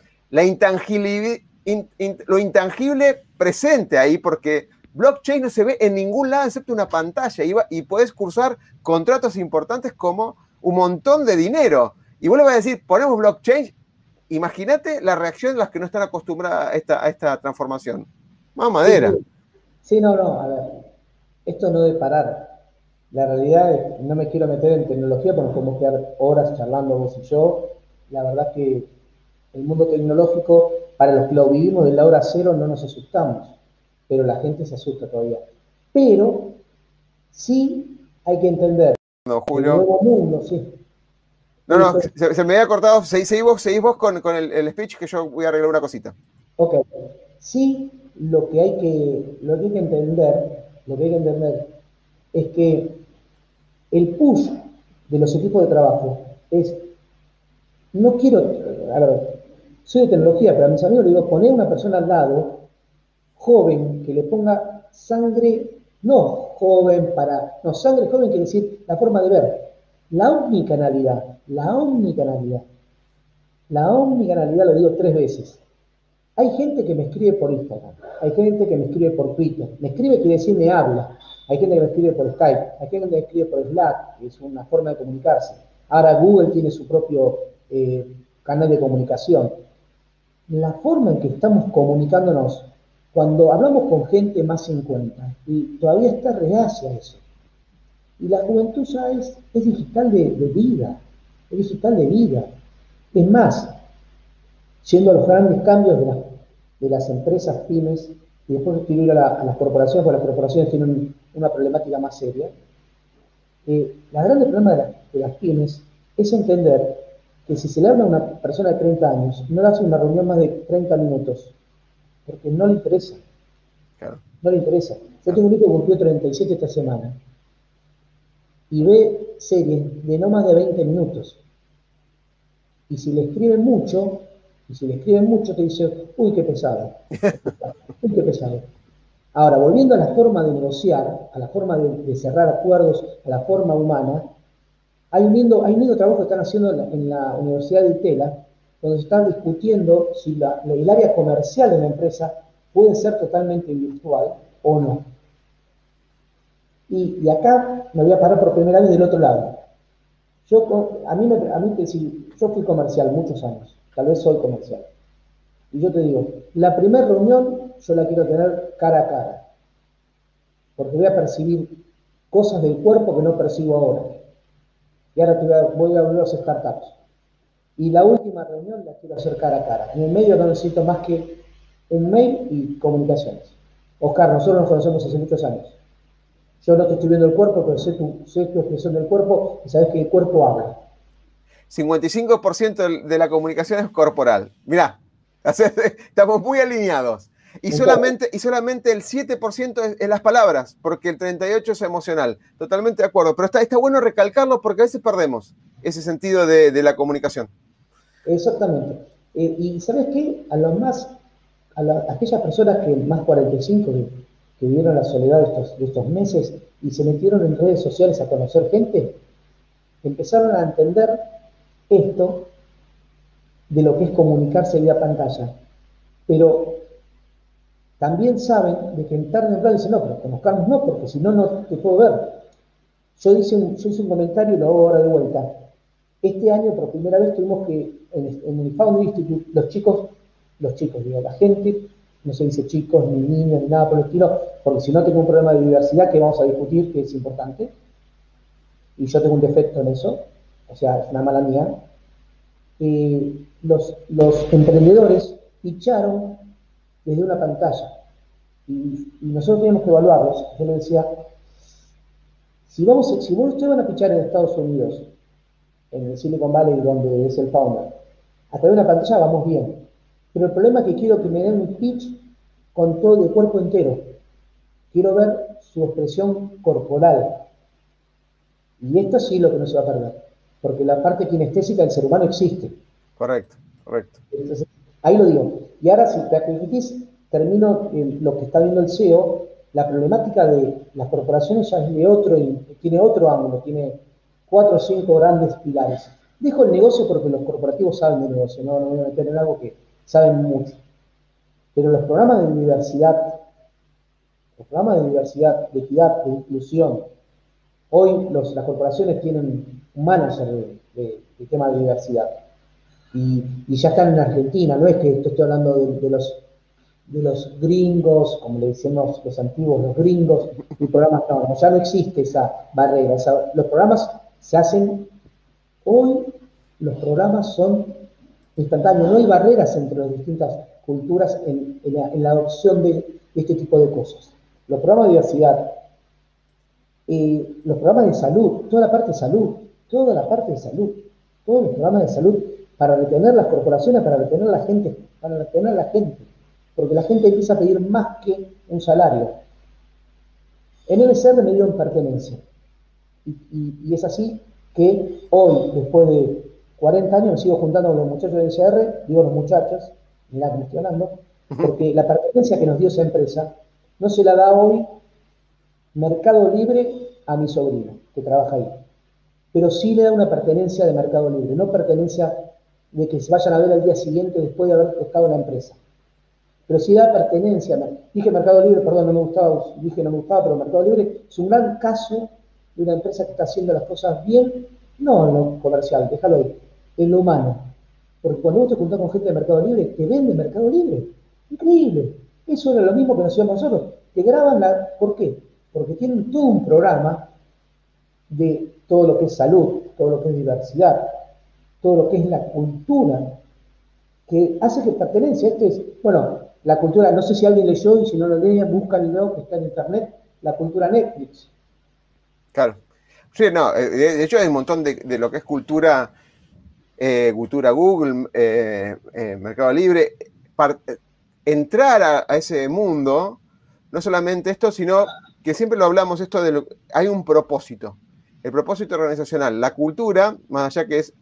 lo intangible presente ahí, porque blockchain no se ve en ningún lado excepto una pantalla, y puedes cursar contratos importantes como un montón de dinero. Y vos le vas a decir, ponemos blockchain, imagínate la reacción de las que no están acostumbradas a esta transformación. Más madera. Sí, no, a ver, esto no debe parar. La realidad es, no me quiero meter en tecnología porque nos podemos quedar horas charlando vos y yo. La verdad que el mundo tecnológico, para los que lo vivimos de la hora cero, no nos asustamos, pero la gente se asusta todavía. Pero sí hay que entender Julio. el nuevo mundo, sí. No, se me había cortado. Seguís vos con el speech, que yo voy a arreglar una cosita. Ok. Sí, lo que hay que entender es que el push de los equipos de trabajo es, no quiero, a ver, soy de tecnología, pero a mis amigos les digo, poner una persona al lado, joven, que le ponga sangre, sangre joven quiere decir la forma de ver, la omnicanalidad, lo digo 3 veces. Hay gente que me escribe por Instagram, hay gente que me escribe por Twitter, me escribe quiere decir me habla, hay gente que me escribe por Skype, hay gente que me escribe por Slack, que es una forma de comunicarse. Ahora Google tiene su propio canal de comunicación. La forma en que estamos comunicándonos, cuando hablamos con gente más 50, y todavía está reacia a eso. Y la juventud ya es digital de vida, es digital de vida. Es más, yendo a los grandes cambios de las empresas pymes, y después quiero ir a las corporaciones, porque las corporaciones tienen una problemática más seria. La grande problema de las pymes es entender que si se le habla a una persona de 30 años, no le hace una reunión más de 30 minutos, porque no le interesa. Claro. No le interesa. Yo tengo un hijo que cumplió 37 esta semana, y ve series de no más de 20 minutos. Y si le escriben mucho, te dice, uy, qué pesado. Uy, qué pesado. Ahora, volviendo a la forma de negociar, a la forma de cerrar acuerdos, a la forma humana, hay un lindo trabajo que están haciendo en la Universidad de Itela, donde se están discutiendo si el área comercial de la empresa puede ser totalmente virtual o no. Y acá me voy a parar por primera vez del otro lado. Yo fui comercial muchos años, tal vez soy comercial. Y yo te digo, la primera reunión yo la quiero tener cara a cara, porque voy a percibir cosas del cuerpo que no percibo ahora. Y ahora voy a abrir los startups. Y la última reunión la quiero hacer cara a cara. En el medio no necesito más que un mail y comunicaciones. Oscar, nosotros nos conocemos hace muchos años. Yo no te estoy viendo el cuerpo, pero sé tu expresión del cuerpo y sabes que el cuerpo habla. 55% de la comunicación es corporal. Mirá, estamos muy alineados. Y solamente el 7% es las palabras, porque el 38% es emocional. Totalmente de acuerdo. Pero está bueno recalcarlo porque a veces perdemos ese sentido de la comunicación. Exactamente. Y ¿sabes qué? Aquellas personas que más 45 que vivieron la soledad de estos meses y se metieron en redes sociales a conocer gente, empezaron a entender esto de lo que es comunicarse vía pantalla. Pero también saben de que en tarde en temprano dicen, no, pero conozcamos no, porque si no, no te puedo ver. Yo hice un comentario y lo hago ahora de vuelta. Este año, por primera vez, tuvimos que, en el Foundry Institute, la gente, no se dice chicos, ni niños, ni nada por el estilo, porque si no tengo un problema de diversidad que vamos a discutir, que es importante, y yo tengo un defecto en eso. o sea, es una mala mía, los emprendedores ficharon desde una pantalla y nosotros teníamos que evaluarlos. Yo le decía, si ustedes van a fichar en Estados Unidos, en el Silicon Valley donde es el founder, a través de una pantalla vamos bien, pero el problema es que quiero que me den un pitch con todo el cuerpo entero, quiero ver su expresión corporal, y esto sí es lo que no se va a perder, porque la parte kinestésica del ser humano existe. Correcto, correcto. Entonces, ahí lo digo. Y ahora, si te permitís, termino lo que está viendo el CEO. La problemática de las corporaciones ya es de otro, tiene otro ángulo, tiene 4 o 5 grandes pilares. Dejo el negocio porque los corporativos saben de negocio, no me voy a meter en algo que saben mucho. Pero los programas de diversidad, de equidad, de inclusión, hoy las corporaciones tienen un manager de tema de diversidad. Y ya están en Argentina, no es que estoy hablando de los gringos, como le decimos los antiguos, los gringos, y programas no, ya no existe esa barrera. Los programas se hacen, hoy los programas son instantáneos, no hay barreras entre las distintas culturas en la adopción de este tipo de cosas. Los programas de diversidad, los programas de salud, toda la parte de salud, todos los programas de salud, para retener las corporaciones, para retener la gente, porque la gente empieza a pedir más que un salario. En NSR me dieron pertenencia, y es así que hoy, después de 40 años, me sigo juntando con los muchachos de NSR, digo los muchachos, mirá que me estoy hablando, porque la pertenencia que nos dio esa empresa no se la da hoy Mercado Libre a mi sobrino, que trabaja ahí, pero sí le da una pertenencia de Mercado Libre, no pertenencia de que se vayan a ver al día siguiente después de haber tocado la empresa. Pero sí da pertenencia. Dije Mercado Libre, perdón, no me gustaba, pero Mercado Libre es un gran caso de una empresa que está haciendo las cosas bien, no en lo comercial, déjalo ahí, en lo humano. Porque cuando vos te juntás con gente de Mercado Libre, te vende Mercado Libre. Increíble. Eso era lo mismo que nos hacíamos nosotros. Te graban ¿por qué? Porque tienen todo un programa de todo lo que es salud, todo lo que es diversidad, todo lo que es la cultura, que hace que pertenencia. La cultura, no sé si alguien leyó, y si no lo leen, búscanlo, que está en internet, la cultura Netflix. Claro. Sí, no, de hecho hay un montón de lo que es cultura Google, Mercado Libre. Entrar a ese mundo, no solamente esto, sino que siempre lo hablamos, hay un propósito. El propósito organizacional, la cultura, más allá que es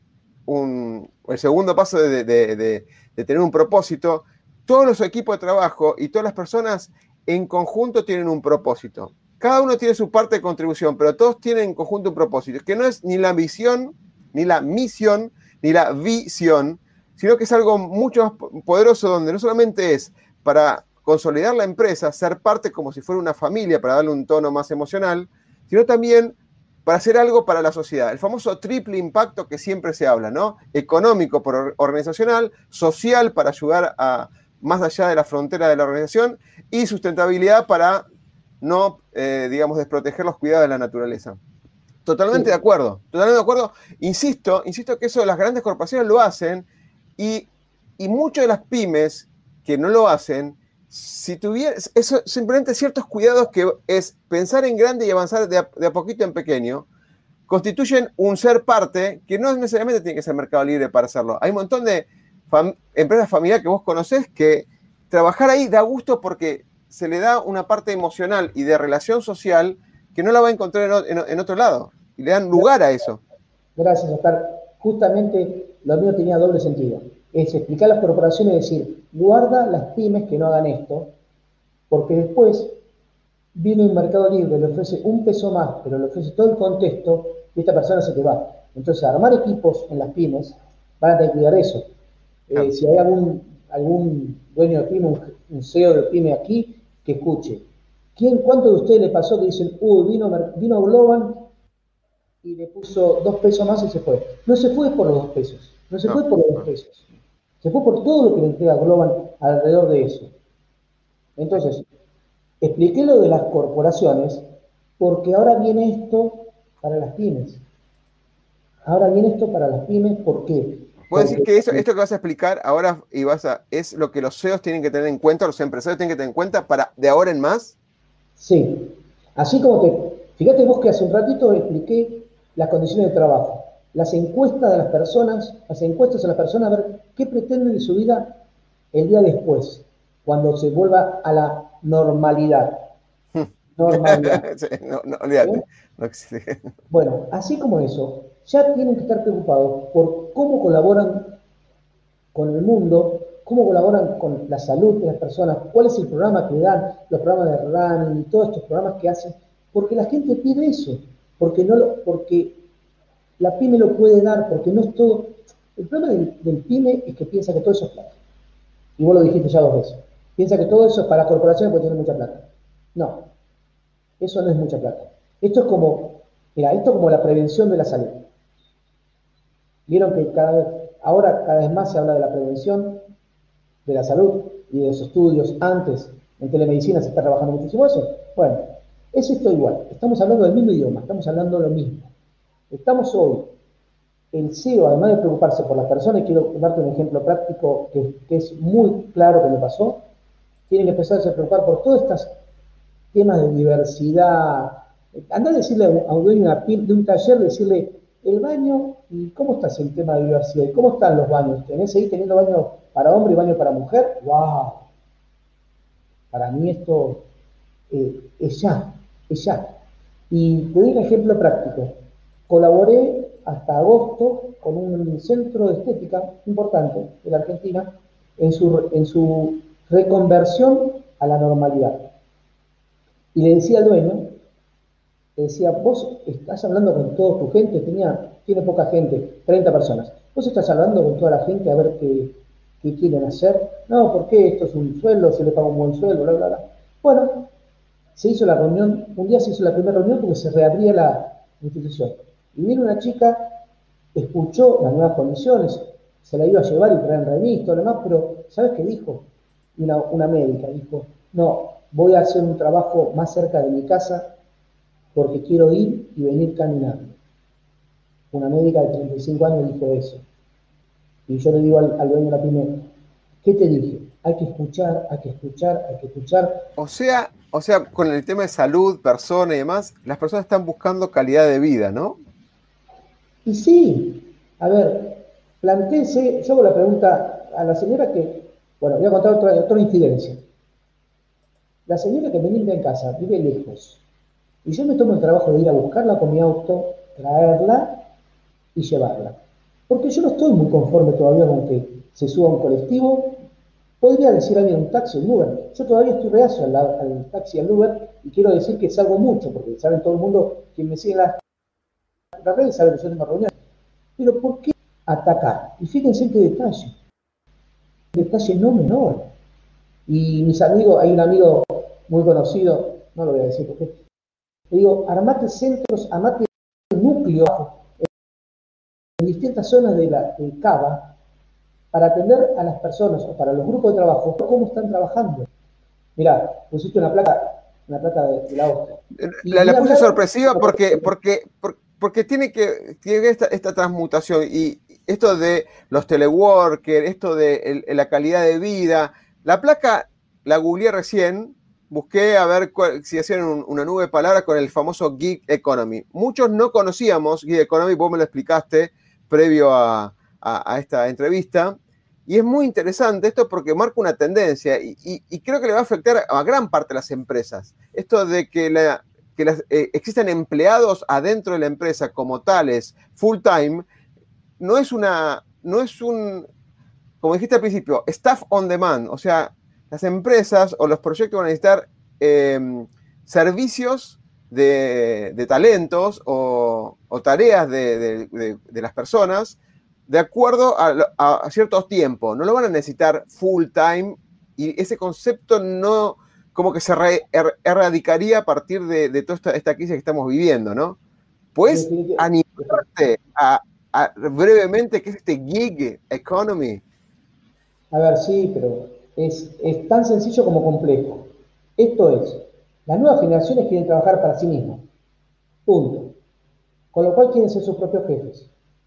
el segundo paso de tener un propósito, todos los equipos de trabajo y todas las personas en conjunto tienen un propósito. Cada uno tiene su parte de contribución, pero todos tienen en conjunto un propósito, que no es ni la visión, ni la misión, ni la visión, sino que es algo mucho más poderoso, donde no solamente es para consolidar la empresa, ser parte como si fuera una familia, para darle un tono más emocional, sino también para hacer algo para la sociedad. El famoso triple impacto que siempre se habla, ¿no? Económico por organizacional, social para ayudar a más allá de la frontera de la organización, y sustentabilidad para no, desproteger los cuidados de la naturaleza. Totalmente de acuerdo, totalmente de acuerdo. Insisto que eso las grandes corporaciones lo hacen, y muchas de las pymes que no lo hacen, si tuvieran eso, simplemente ciertos cuidados, que es pensar en grande y avanzar de a poquito en pequeño, constituyen un ser parte que no necesariamente tiene que ser Mercado Libre para hacerlo. Hay un montón de empresas familiares que vos conocés que trabajar ahí da gusto, porque se le da una parte emocional y de relación social que no la va a encontrar en otro lado, y le dan lugar a eso. Gracias, Oscar. Justamente lo mío tenía doble sentido. Es explicar a las corporaciones y decir, guarda las pymes que no hagan esto, porque después viene el Mercado Libre, le ofrece un peso más, pero le ofrece todo el contexto, y esta persona se te va. Entonces, armar equipos en las pymes van a tener que cuidar eso. Claro. Si hay algún dueño de pyme, un CEO de pyme aquí, que escuche. ¿Cuánto de ustedes le pasó que dicen, vino Globan y le puso 2 pesos más y se fue? No se fue por los 2 pesos, se fue por los 2 pesos. Se fue por todo lo que le entrega Globan alrededor de eso. Entonces, expliqué lo de las corporaciones, porque ahora viene esto para las pymes. Ahora viene esto para las pymes, ¿por qué? ¿Puedo decir Porque que esto que vas a explicar ahora es lo que los CEOs tienen que tener en cuenta, los empresarios tienen que tener en cuenta para de ahora en más? sí, así como fíjate vos que hace un ratito expliqué las condiciones de trabajo, las encuestas de las personas, las encuestas a las personas a ver qué pretenden de su vida el día después, cuando se vuelva a la normalidad. Normalidad. Sí, no, ¿Eh? olvídate. No existe. Bueno, así como eso, ya tienen que estar preocupados por cómo colaboran con el mundo, cómo colaboran con la salud de las personas, cuál es el programa que dan, los programas de running y todos estos programas que hacen, porque la gente pide eso, porque la pyme lo puede dar, porque no es todo. El problema del pyme es que piensa que todo eso es plata. Y vos lo dijiste ya 2 veces. Piensa que todo eso es para corporaciones porque tienen mucha plata. No, eso no es mucha plata. Esto es como, mira, esto es como la prevención de la salud. Vieron que ahora cada vez más se habla de la prevención de la salud y de los estudios. Antes, en telemedicina se está trabajando muchísimo eso. Bueno, es esto igual. Estamos hablando del mismo idioma, estamos hablando de lo mismo. Estamos hoy, el CEO, además de preocuparse por las personas, y quiero darte un ejemplo práctico que es muy claro que me pasó, tienen que empezarse a preocupar por todos estos temas de diversidad. Anda a decirle a un dueño de un taller, decirle, el baño, ¿y cómo está el tema de diversidad? ¿Y cómo están los baños? ¿Tenés ahí teniendo baño para hombre y baño para mujer? ¡Wow! Para mí esto es ya, es ya. Y te doy un ejemplo práctico. Colaboré hasta agosto con un centro de estética importante de la Argentina en su reconversión a la normalidad. Y le decía al dueño, le decía, vos estás hablando con toda tu gente, tiene poca gente, 30 personas. Vos estás hablando con toda la gente a ver qué quieren hacer. No, ¿por qué? Esto es un sueldo, se le paga un buen sueldo, bla, bla, bla. Bueno, se hizo la reunión, un día se hizo la primera reunión porque se reabría la institución. Y vino una chica, escuchó las nuevas condiciones, se la iba a llevar y traer en revista, lo demás, pero ¿sabes qué dijo? Una médica dijo, no, voy a hacer un trabajo más cerca de mi casa porque quiero ir y venir caminando. Una médica de 35 años dijo eso. Y yo le digo al dueño de la pyme, ¿qué te dije? Hay que escuchar, hay que escuchar, hay que escuchar. O sea, con el tema de salud, persona y demás, las personas están buscando calidad de vida, ¿no? Y sí, a ver, plantéese, yo hago la pregunta a la señora bueno, voy a contar otra incidencia. La señora que me limpia en casa vive lejos. Y yo me tomo el trabajo de ir a buscarla con mi auto, traerla y llevarla. Porque yo no estoy muy conforme todavía con que se suba un colectivo. Podría decir alguien un taxi, un Uber. Yo todavía estoy reacio al taxi, al Uber, y quiero decir que salgo mucho, porque saben todo el mundo, quien me sigue en las redes sabe que yo tengo reuniones. Pero ¿por qué atacar? Y fíjense en qué detalle no menor. Y mis amigos, hay un amigo muy conocido, no lo voy a decir porque, le digo, armate centros, armate núcleos en distintas zonas de Cava para atender a las personas o para los grupos de trabajo, cómo están trabajando. Mirá, pusiste una placa de la hostia. La puse sorpresiva porque tiene esta transmutación y esto de los teleworkers, esto de la calidad de vida. La placa la googleé recién, busqué a ver si hacían una nube de palabras con el famoso Gig Economy. Muchos no conocíamos Gig Economy, vos me lo explicaste previo a esta entrevista. Y es muy interesante esto porque marca una tendencia y creo que le va a afectar a gran parte de las empresas. Esto de que existen empleados adentro de la empresa como tales, full time, no es un, como dijiste al principio, staff on demand. O sea, las empresas o los proyectos van a necesitar servicios de talentos o tareas de las personas de acuerdo a ciertos tiempos. No lo van a necesitar full time y ese concepto no, como que se erradicaría a partir de toda esta crisis que estamos viviendo, ¿no? ¿Puedes animarte brevemente qué es este gig economy? A ver, sí, pero es tan sencillo como complejo. Esto es, las nuevas generaciones quieren trabajar para sí mismas. Punto. Con lo cual quieren ser sus propios jefes.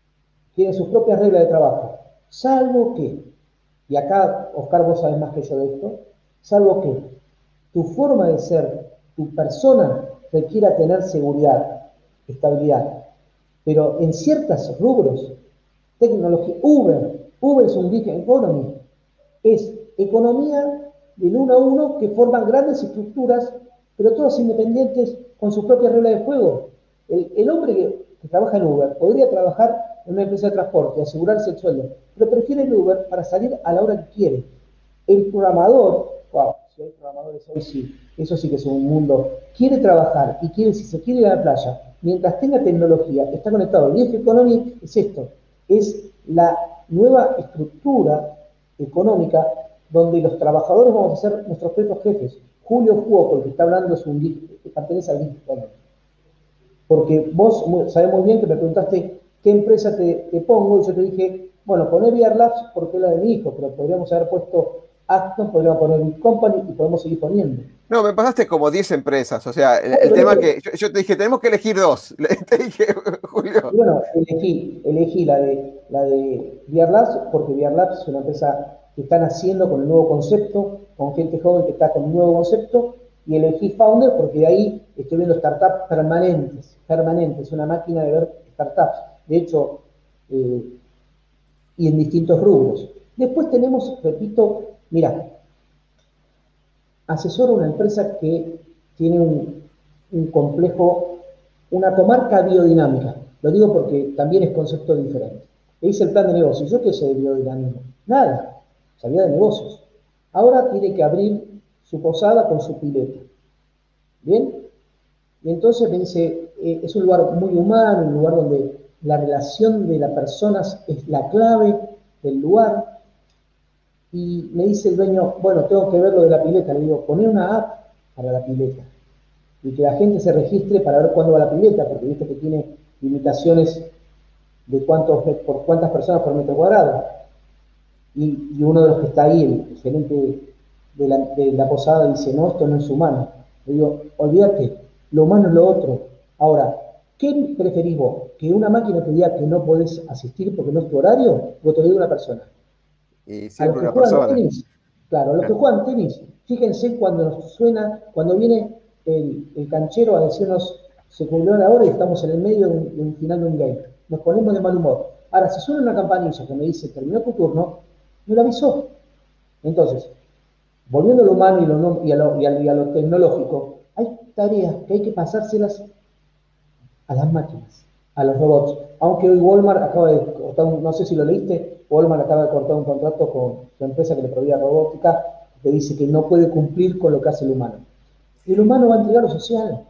tienen sus propias reglas de trabajo, salvo que, y acá, Oscar, vos sabés más que yo de esto, salvo que tu forma de ser, tu persona requiera tener seguridad, estabilidad, pero en ciertos rubros, tecnología, Uber es un gig economy, es economía del uno a uno que forman grandes estructuras, pero todas independientes con sus propias reglas de juego. El hombre que trabaja en Uber podría trabajar en una empresa de transporte, asegurarse el sueldo, pero prefiere el Uber para salir a la hora que quiere. El programador, wow, si hay programadores hoy sí, eso sí que es un mundo, quiere trabajar y quiere, si se quiere ir a la playa, mientras tenga tecnología, está conectado. El Gig Economy es esto, es la nueva estructura económica donde los trabajadores vamos a ser nuestros propios jefes. Julio Fuoco, el que está hablando, es un geek, pertenece al Gig Economy. Porque vos sabés muy bien que me preguntaste qué empresa te pongo, y yo te dije, bueno, poné VR Labs porque es la de mi hijo, pero podríamos haber puesto Acton, podríamos poner Big Company y podemos seguir poniendo. No, me pasaste como 10 empresas, o sea, el tema que yo te dije, tenemos que elegir 2. Te dije, Julio. Y bueno, elegí la de VR Labs porque VR Labs es una empresa que están haciendo con el nuevo concepto, con gente joven que está con un nuevo concepto, y elegí Founder porque de ahí estoy viendo startups permanentes, una máquina de ver startups. De hecho, y en distintos rubros. Después tenemos, repito, mira, asesoro una empresa que tiene un complejo, una comarca biodinámica. Lo digo porque también es concepto diferente. Le hice el plan de negocio. ¿Yo qué sé de biodinamismo? Nada. Sabía de negocios. Ahora tiene que abrir su posada con su pileta. ¿Bien? Y entonces me dice, es un lugar muy humano, un lugar donde la relación de las personas es la clave del lugar. Y me dice el dueño, bueno, tengo que ver lo de la pileta. Le digo, poné una app para la pileta. Y que la gente se registre para ver cuándo va la pileta, porque viste que tiene limitaciones de por cuántas personas por metro cuadrado. Y uno de los que está ahí, el gerente de la posada, dice, no, esto no es humano. Le digo, olvídate, lo humano es lo otro. Ahora, ¿qué preferís vos? ¿Que una máquina te diga que no podés asistir porque no es tu horario? ¿O te lo diga una persona? Y A los siempre que una juegan persona. tenis, claro, a los que juegan tenis, fíjense cuando suena, cuando viene el canchero a decirnos se cumplió la hora y estamos en el medio de un final de un game. Nos ponemos de mal humor. Ahora, si suena una campanilla que me dice terminó tu turno, me lo avisó. Entonces, volviendo a lo humano y a lo tecnológico, hay tareas que hay que pasárselas a las máquinas, a los robots. Aunque hoy Walmart acaba de cortar, no sé si lo leíste, Walmart acaba de cortar un contrato con su empresa que le proveía robótica, que dice que no puede cumplir con lo que hace el humano. Y el humano va a entregar lo social.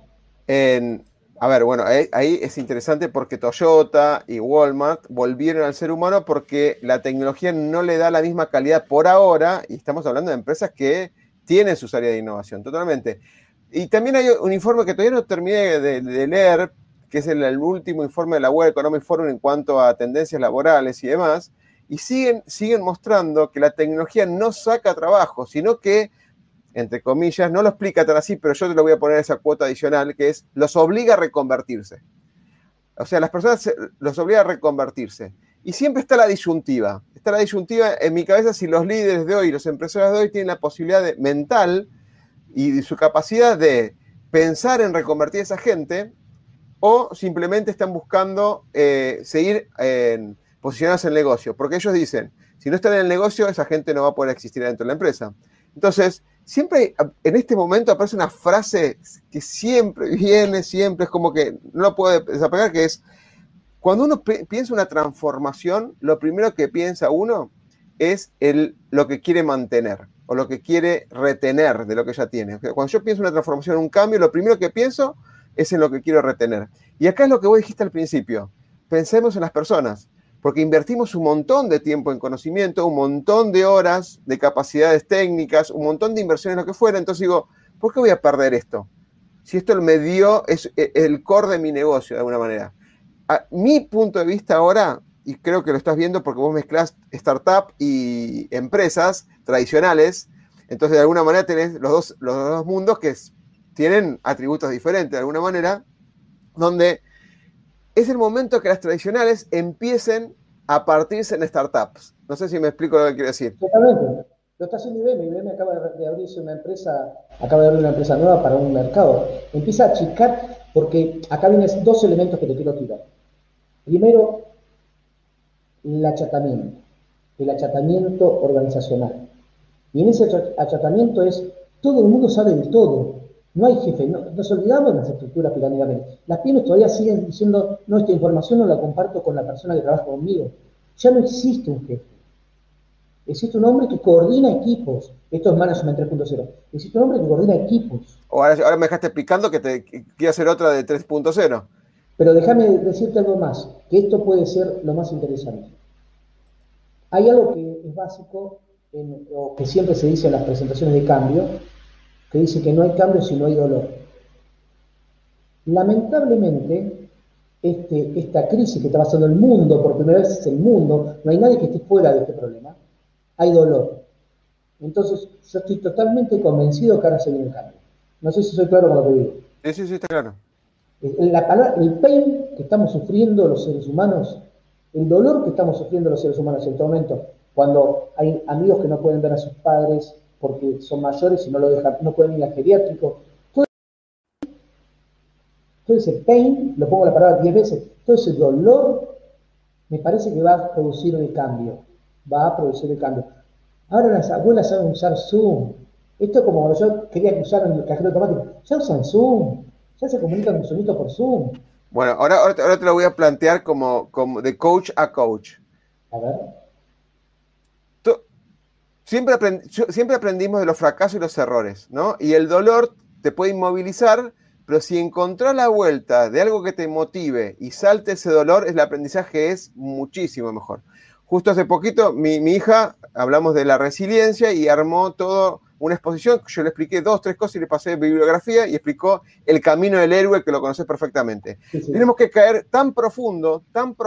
A ver, bueno, ahí es interesante porque Toyota y Walmart volvieron al ser humano porque la tecnología no le da la misma calidad por ahora, y estamos hablando de empresas que tienen sus áreas de innovación, totalmente. Y también hay un informe que todavía no terminé de leer, que es el último informe de la World Economic Forum en cuanto a tendencias laborales y demás, y siguen mostrando que la tecnología no saca trabajo, sino que, entre comillas, no lo explica tan así, pero yo te lo voy a poner esa cuota adicional, que es, los obliga a reconvertirse. O sea, las personas los obliga a reconvertirse. Y siempre está la disyuntiva. Está la disyuntiva en mi cabeza si los líderes de hoy, los empresarios de hoy, tienen la posibilidad mental y su capacidad de pensar en reconvertir a esa gente, o simplemente están buscando seguir posicionarse en el negocio. Porque ellos dicen, si no están en el negocio, esa gente no va a poder existir dentro de la empresa. Entonces, siempre en este momento aparece una frase que siempre viene, siempre es como que no lo puedo desapegar, que es, cuando uno piensa una transformación, lo primero que piensa uno es lo que quiere mantener o lo que quiere retener de lo que ya tiene. Cuando yo pienso una transformación, un cambio, lo primero que pienso es en lo que quiero retener. Y acá es lo que vos dijiste al principio, pensemos en las personas, porque invertimos un montón de tiempo en conocimiento, un montón de horas de capacidades técnicas, un montón de inversiones, lo que fuera. Entonces digo, ¿por qué voy a perder esto? Si esto me dio, es el core de mi negocio, de alguna manera. A mi punto de vista ahora, y creo que lo estás viendo porque vos mezclás startup y empresas tradicionales, entonces de alguna manera tenés los dos mundos que tienen atributos diferentes, de alguna manera, donde es el momento que las tradicionales empiecen a partirse en startups. No sé si me explico lo que quiero decir. Totalmente. Lo está haciendo IBM. IBM acaba de abrirse una empresa, acaba de abrir una empresa nueva para un mercado. Empieza a achicar porque acá vienen dos elementos que te quiero tirar. Primero, el achatamiento organizacional. Y en ese achatamiento es, todo el mundo sabe de todo. No hay jefe, nos olvidamos de las estructuras piramidales. Las pymes todavía siguen diciendo, no, esta información no la comparto con la persona que trabaja conmigo. Ya no existe un jefe. Existe un hombre que coordina equipos. Esto es Management 3.0. Existe un hombre que coordina equipos. Ahora me dejaste explicando que quiero hacer otra de 3.0. Pero déjame decirte algo más, que esto puede ser lo más interesante. Hay algo que es básico, o que siempre se dice en las presentaciones de cambio, que dice que no hay cambio si no hay dolor. Lamentablemente, esta crisis que está pasando el mundo, por primera vez es el mundo, no hay nadie que esté fuera de este problema, hay dolor. Entonces, yo estoy totalmente convencido que ahora se viene un cambio. No sé si soy claro con lo que digo. Sí, está claro. El pain que estamos sufriendo los seres humanos, el dolor que estamos sufriendo los seres humanos en este momento, cuando hay amigos que no pueden ver a sus padres porque son mayores y no lo dejan, no pueden ir al geriátrico, todo ese pain, lo pongo la palabra 10 veces, todo ese dolor, me parece que va a producir el cambio. Va a producir el cambio. Ahora las abuelas saben usar Zoom. Esto es como cuando yo quería que usaran el cajero automático. Ya usan Zoom. Ya se comunican con sonido por Zoom. Bueno, ahora te lo voy a plantear como de coach a coach. A ver. Siempre aprendimos de los fracasos y los errores, ¿no? Y el dolor te puede inmovilizar, pero si encontrás la vuelta de algo que te motive y salte ese dolor, el aprendizaje es muchísimo mejor. Justo hace poquito, mi hija, hablamos de la resiliencia y armó todo una exposición. Yo le expliqué 2, 3 cosas y le pasé bibliografía y explicó el camino del héroe, que lo conoces perfectamente. Sí. Tenemos que caer tan profundo,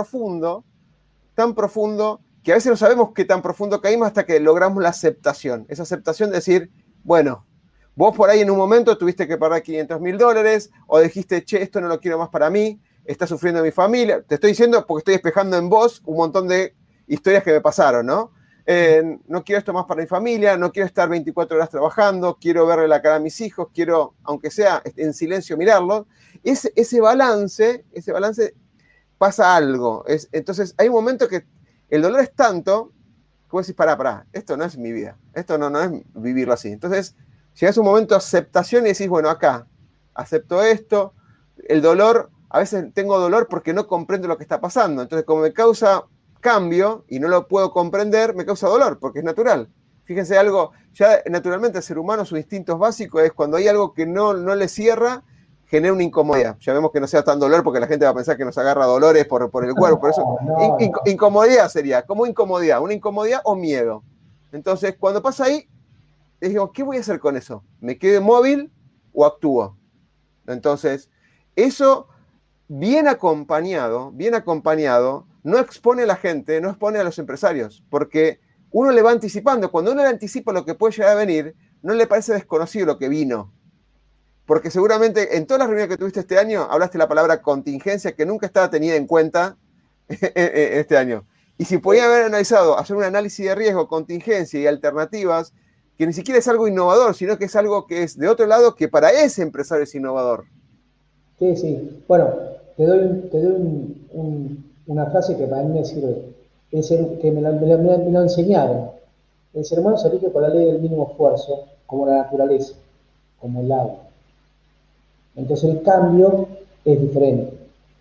que a veces no sabemos qué tan profundo caímos hasta que logramos la aceptación. Esa aceptación de decir, bueno, vos por ahí en un momento tuviste que pagar $500,000 o dijiste, che, esto no lo quiero más para mí, está sufriendo mi familia. Te estoy diciendo porque estoy espejando en vos un montón de historias que me pasaron, ¿no? No quiero esto más para mi familia, no quiero estar 24 horas trabajando, quiero verle la cara a mis hijos, quiero, aunque sea en silencio, mirarlos. Ese balance pasa algo. Entonces hay un momento que el dolor es tanto que vos decís, pará, esto no es mi vida, esto no es vivirlo así. Entonces llegás a un momento de aceptación y decís, bueno, acá, acepto esto, el dolor, a veces tengo dolor porque no comprendo lo que está pasando. Entonces, como me causa cambio y no lo puedo comprender, me causa dolor, porque es natural. Fíjense algo, ya naturalmente el ser humano, sus instintos básicos es cuando hay algo que no le cierra, genera una incomodidad. Ya vemos que no sea tan dolor porque la gente va a pensar que nos agarra dolores por el cuerpo. Por eso, incomodidad sería, ¿cómo incomodidad? ¿Una incomodidad o miedo? Entonces, cuando pasa ahí, digo, ¿qué voy a hacer con eso? ¿Me quedo móvil o actúo? Entonces, eso bien acompañado, no expone a la gente, no expone a los empresarios, porque uno le va anticipando. Cuando uno le anticipa lo que puede llegar a venir, no le parece desconocido lo que vino. Porque seguramente en todas las reuniones que tuviste este año, hablaste la palabra contingencia, que nunca estaba tenida en cuenta este año. Y si podía haber analizado, hacer un análisis de riesgo, contingencia y alternativas, que ni siquiera es algo innovador, sino que es algo que es de otro lado, que para ese empresario es innovador. Sí. Bueno, te doy una frase que para mí me sirve, que me lo enseñaron. El ser humano se rige por la ley del mínimo esfuerzo, como la naturaleza, como el agua. Entonces el cambio es diferente.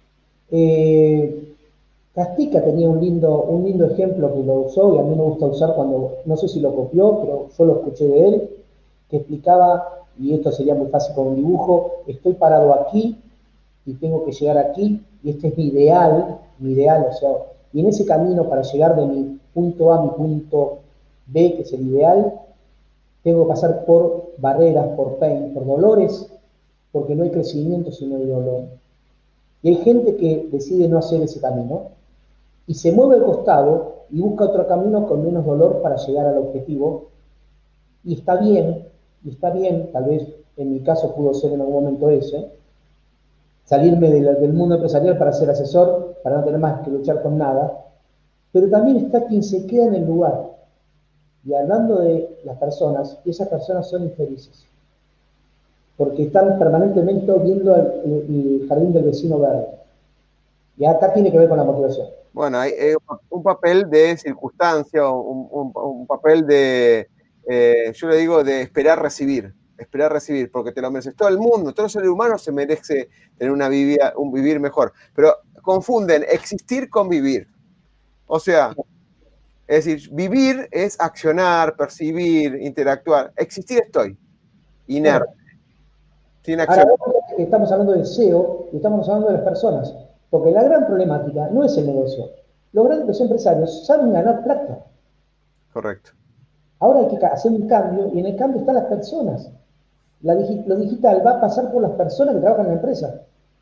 Castica tenía un lindo ejemplo que lo usó y a mí me gusta usar cuando, no sé si lo copió, pero yo lo escuché de él, que explicaba, y esto sería muy fácil con un dibujo, estoy parado aquí y tengo que llegar aquí y este es mi ideal, o sea, y en ese camino para llegar de mi punto A a mi punto B, que es el ideal, tengo que pasar por barreras, por pain, por dolores, porque no hay crecimiento si no hay dolor. Y hay gente que decide no hacer ese camino y se mueve al costado y busca otro camino con menos dolor para llegar al objetivo. Y está bien, tal vez en mi caso pudo ser en algún momento ese, salirme del mundo empresarial para ser asesor, para no tener más que luchar con nada. pero también está quien se queda en el lugar. Y hablando de las personas, esas personas son infelices, porque están permanentemente viendo el jardín del vecino verde. Y acá tiene que ver con la motivación. Bueno, hay un papel de circunstancia, un papel de, yo le digo, de esperar recibir, porque te lo mereces. Todo el mundo, todo ser humano se merece tener un vivir mejor, pero confunden existir con vivir. O sea, es decir, vivir es accionar, percibir, interactuar. Existir estoy, inerte, sin acción. Ahora, estamos hablando del SEO y estamos hablando de las personas, porque la gran problemática no es el negocio. Los grandes empresarios saben ganar plata. Correcto. Ahora hay que hacer un cambio y en el cambio están las personas. Lo digital va a pasar por las personas que trabajan en la empresa.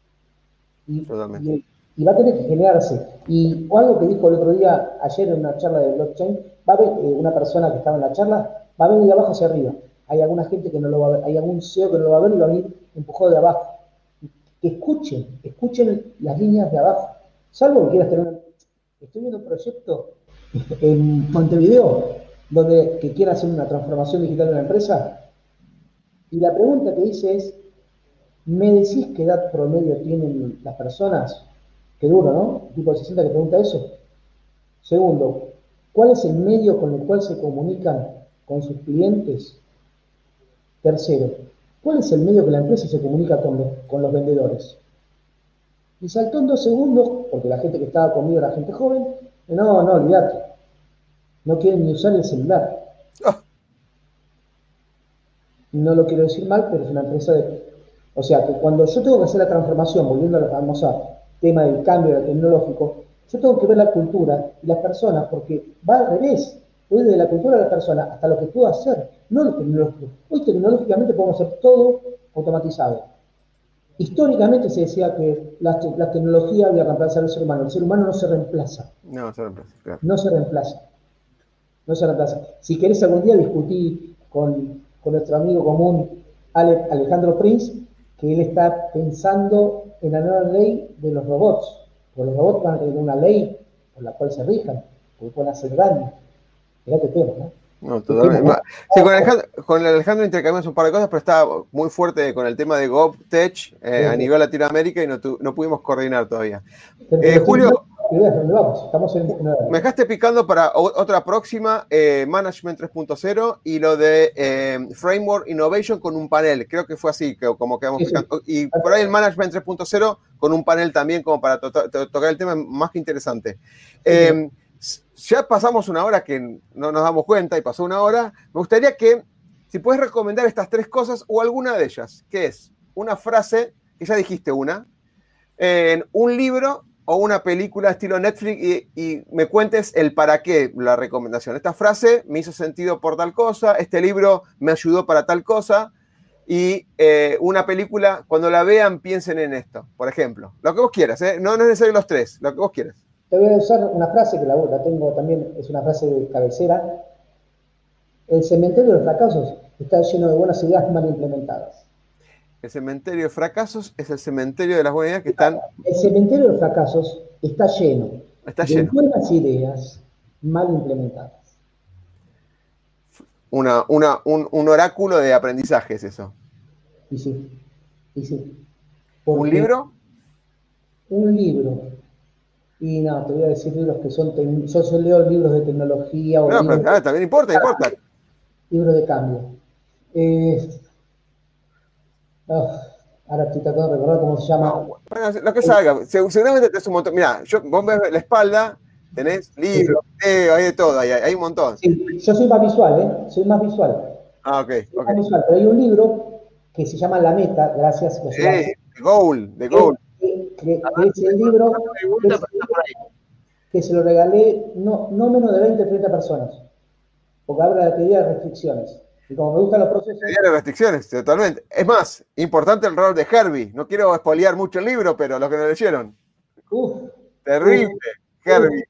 Y va a tener que generarse. Y algo que dijo el otro día, ayer en una charla de blockchain, va a haber una persona que estaba en la charla, va a venir de abajo hacia arriba. Hay alguna gente que no lo va a ver, hay algún CEO que no lo va a ver y va a venir empujado de abajo. Que escuchen las líneas de abajo. Salvo que quieras tener. Estoy viendo un proyecto en Montevideo que quiera hacer una transformación digital de una empresa. Y la pregunta que hice es, ¿me decís qué edad promedio tienen las personas? Qué duro, ¿no? Un tipo de 60 que pregunta eso. Segundo, ¿cuál es el medio con el cual se comunican con sus clientes? Tercero, ¿cuál es el medio que la empresa se comunica con los vendedores? Y saltó en 2 segundos, porque la gente que estaba conmigo era gente joven. No, olvídate. No quieren ni usar el celular. No lo quiero decir mal, pero es una empresa de... O sea, que cuando yo tengo que hacer la transformación, volviendo a la famosa tema del cambio tecnológico, yo tengo que ver la cultura y las personas, porque va al revés. Voy desde la cultura de la persona hasta lo que puedo hacer, no lo tecnológico. Hoy tecnológicamente podemos hacer todo automatizado. Históricamente se decía que la tecnología había reemplazado al ser humano. El ser humano no se reemplaza. No se reemplaza, claro. No se reemplaza. No se reemplaza. Si querés algún día discutir con nuestro amigo común Alejandro Prince, que él está pensando en la nueva ley de los robots. Porque los robots van a tener una ley por la cual se rijan, porque pueden hacer daño. Mirá qué tema, ¿no? No, totalmente. Sí, con Alejandro intercambiamos un par de cosas, pero estaba muy fuerte con el tema de GovTech a nivel Latinoamérica y no pudimos coordinar todavía. Julio, ¿dónde vamos? Estamos me dejaste picando para otra próxima, Management 3.0 y lo de Framework Innovation con un panel. Creo que fue así, como quedamos picando. Y por ahí el Management 3.0 con un panel también como para tocar el tema más que interesante. Ya pasamos una hora que no nos damos cuenta y pasó una hora. Me gustaría que, si puedes recomendar estas 3 cosas o alguna de ellas, que es una frase, que ya dijiste una, un libro o una película estilo Netflix y me cuentes el para qué la recomendación. Esta frase me hizo sentido por tal cosa, este libro me ayudó para tal cosa y una película, cuando la vean, piensen en esto, por ejemplo. Lo que vos quieras, no es necesario los 3, lo que vos quieras. Te voy a usar una frase que la tengo también, es una frase de cabecera. El cementerio de los fracasos está lleno de buenas ideas mal implementadas. El cementerio de fracasos es el cementerio de las buenas ideas que están... El cementerio de los fracasos está lleno de buenas ideas mal implementadas. Un oráculo de aprendizaje es eso. Y sí. ¿Un libro? Un libro. Y no, te voy a decir libros que son... Yo leo libros de tecnología o no, pero también importa. Libros de cambio. Ahora estoy tratando de recordar cómo se llama. No, bueno, lo que salga. Seguramente tenés un montón. Mirá, vos ves la espalda, tenés libros, hay de todo, hay un montón. Sí, yo soy más visual, Soy más visual. Ok. Más visual, pero hay un libro que se llama La Meta, gracias. The Goal. Que es el libro que se lo regalé no menos de 20 o 30 personas, porque habla de la teoría de restricciones. Y como me gustan los procesos... Teoría de restricciones, totalmente. Es más, importante el rol de Herbie. No quiero espolear mucho el libro, pero los que lo leyeron. Terrible, Herbie.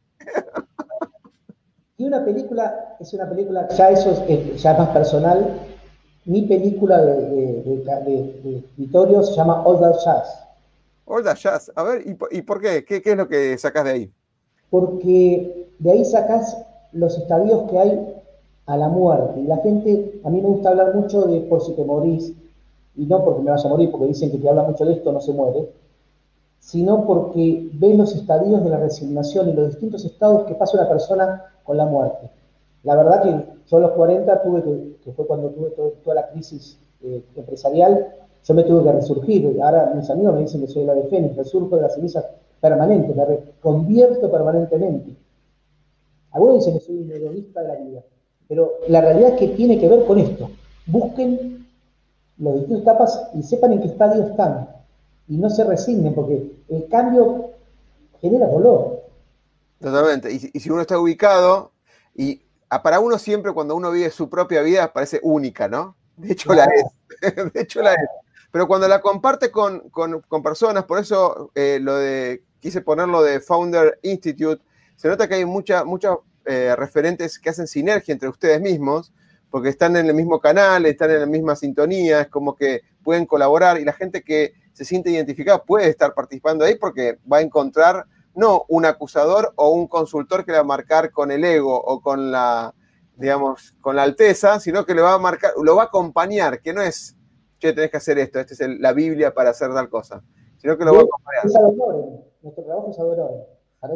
Y una película, ya eso es ya más personal. Mi película de Vittorio se llama All That Jazz. All That Jazz. A ver, ¿y por qué? ¿Qué es lo que sacás de ahí? porque de ahí sacás los estadios que hay a la muerte. Y la gente, a mí me gusta hablar mucho de por si te morís, y no porque me vaya a morir, porque dicen que habla mucho de esto, no se muere, sino porque ves los estadios de la resignación y los distintos estados que pasa una persona con la muerte. La verdad que yo a los 40 que fue cuando tuve toda la crisis empresarial, yo me tuve que resurgir. Ahora mis amigos me dicen que soy la de Fénix, resurjo de las cenizas permanente, me reconvierto permanentemente. Algunos dicen que soy un hedonista de la vida, pero la realidad es que tiene que ver con esto. Busquen las distintas etapas y sepan en qué estadio están. Y no se resignen, porque el cambio genera dolor. Totalmente. Y si uno está ubicado, y para uno siempre cuando uno vive su propia vida parece única, ¿no? De hecho la es. De hecho la es. Pero cuando la comparte con personas, por eso quise ponerlo de Founder Institute, se nota que hay muchos referentes que hacen sinergia entre ustedes mismos, porque están en el mismo canal, están en la misma sintonía, es como que pueden colaborar y la gente que se siente identificada puede estar participando ahí porque va a encontrar no un acusador o un consultor que le va a marcar con el ego o con la, digamos, con la alteza, sino que le va a marcar, lo va a acompañar, que no es, che, tenés que hacer esto, esta es la Biblia para hacer tal cosa, sino que lo va a acompañar. Es adorador, nuestro trabajo es adorador.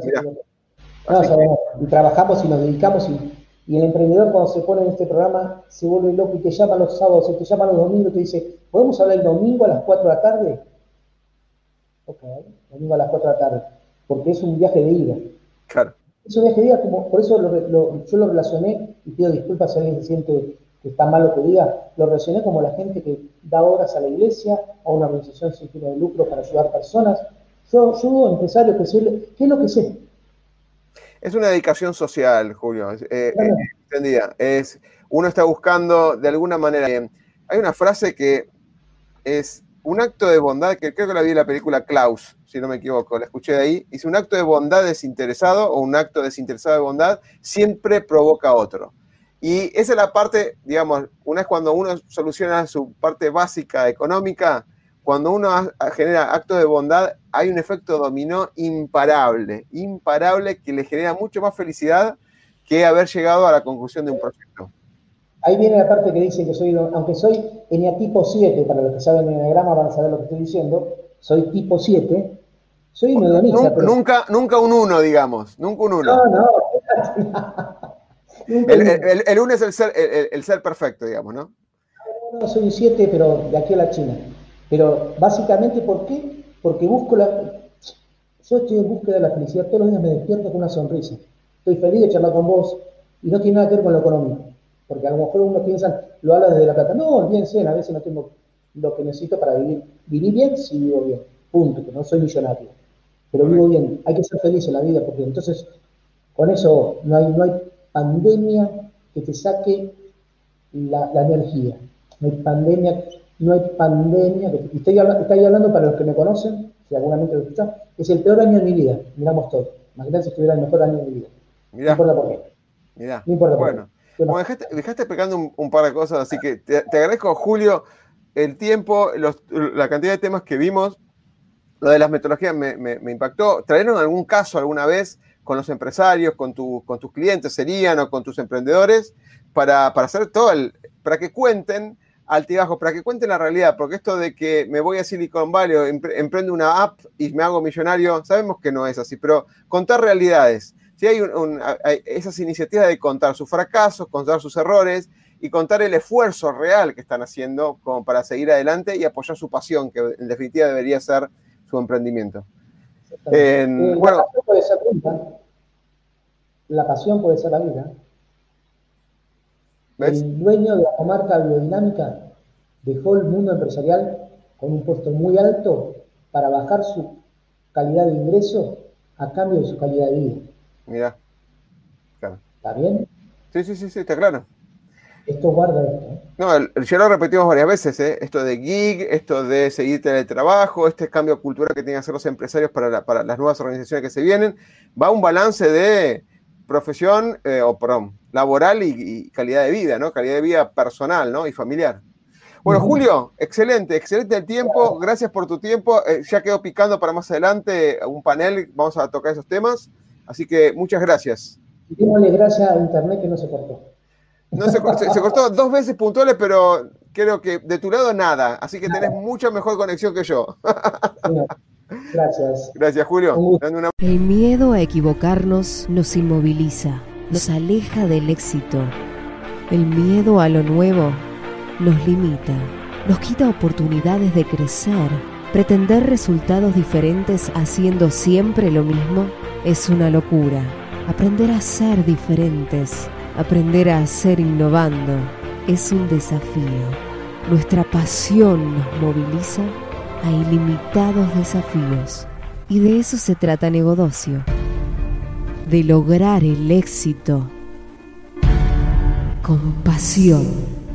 Y trabajamos y nos dedicamos y el emprendedor cuando se pone en este programa se vuelve loco y te llama los sábados, te llama los domingos y te dice, ¿podemos hablar el domingo a las 4 de la tarde? Ok, domingo a las 4 de la tarde, porque es un viaje de ida. Claro. Es un viaje de ida, por eso yo lo relacioné, y pido disculpas si alguien se siente que está mal lo que diga, lo relacioné como la gente que da horas a la iglesia, a una organización sin fines de lucro para ayudar personas. Yo ayudo a empresarios, ¿qué es lo que sé? Es una dedicación social, Julio, entendida. Uno está buscando de alguna manera. Hay una frase que es un acto de bondad, que creo que la vi en la película Klaus, si no me equivoco, la escuché de ahí. Dice, un acto de bondad desinteresado o un acto desinteresado de bondad siempre provoca otro. Y esa es la parte, digamos, una vez cuando uno soluciona su parte básica económica, cuando uno genera actos de bondad, hay un efecto dominó imparable que le genera mucho más felicidad que haber llegado a la conclusión de un proyecto. Ahí viene la parte que dice que aunque soy eneatipo 7, para los que saben el eneagrama van a saber lo que estoy diciendo, soy tipo 7, soy un hedonista. Nunca un 1, digamos, nunca un 1. No. El 1 es el ser perfecto, digamos, ¿no? No, soy un 7, pero de aquí a la China. Pero básicamente, ¿por qué? Porque yo estoy en búsqueda de la felicidad. Todos los días me despierto con una sonrisa. Estoy feliz de charlar con vos y no tiene nada que ver con lo económico. Porque a lo mejor uno piensa, lo habla desde la plata. No, olvídense, a veces no tengo lo que necesito para vivir. Viví bien, sí vivo bien. Punto, que no soy millonario. Pero vivo bien. Hay que ser feliz en la vida, porque entonces con eso no hay pandemia que te saque la energía. No hay pandemia. Estoy hablando para los que me conocen, si alguna vez lo escuchan, es el peor año de mi vida. Miramos todo. Imagínate si estuviera el mejor año de mi vida. Mirá, no importa por qué. Mirá. No importa por qué. Bueno, dejaste pegando un par de cosas, así que te agradezco, Julio, el tiempo, la cantidad de temas que vimos. Lo de las metodologías me impactó. ¿Trajeron algún caso alguna vez con los empresarios, con tus clientes serían o con tus emprendedores para hacer todo para que cuenten altibajos, para que cuenten la realidad? Porque esto de que me voy a Silicon Valley, emprendo una app y me hago millonario, sabemos que no es así, pero contar realidades. Si hay esas iniciativas de contar sus fracasos, contar sus errores y contar el esfuerzo real que están haciendo como para seguir adelante y apoyar su pasión, que en definitiva debería ser su emprendimiento. La pasión puede ser vida. La pasión puede ser la vida. ¿Ves? El dueño de la comarca biodinámica dejó el mundo empresarial con un puesto muy alto para bajar su calidad de ingreso a cambio de su calidad de vida. Mirá. Claro. ¿Está bien? Sí, está claro. Esto guarda esto. No, ya lo repetimos varias veces, esto de gig, esto de seguir teletrabajo, este cambio cultural que tienen que hacer los empresarios para las nuevas organizaciones que se vienen, va a un balance de profesión laboral y calidad de vida, ¿no? Calidad de vida personal, ¿no? Y familiar. Bueno, Julio, excelente el tiempo, gracias por tu tiempo, ya quedó picando para más adelante un panel, vamos a tocar esos temas, Así que muchas gracias. Démosle gracias a Internet que no se cortó. No se cortó 2 veces puntuales, pero creo que de tu lado nada. Así que tenés mucha mejor conexión que yo. Bueno, gracias. Gracias, Julio. El miedo a equivocarnos nos inmoviliza, nos aleja del éxito. El miedo a lo nuevo nos limita, nos quita oportunidades de crecer. Pretender resultados diferentes haciendo siempre lo mismo es una locura. Aprender a ser diferentes, aprender a ser innovando, es un desafío. Nuestra pasión nos moviliza a ilimitados desafíos. Y de eso se trata Negodocio, de lograr el éxito con pasión.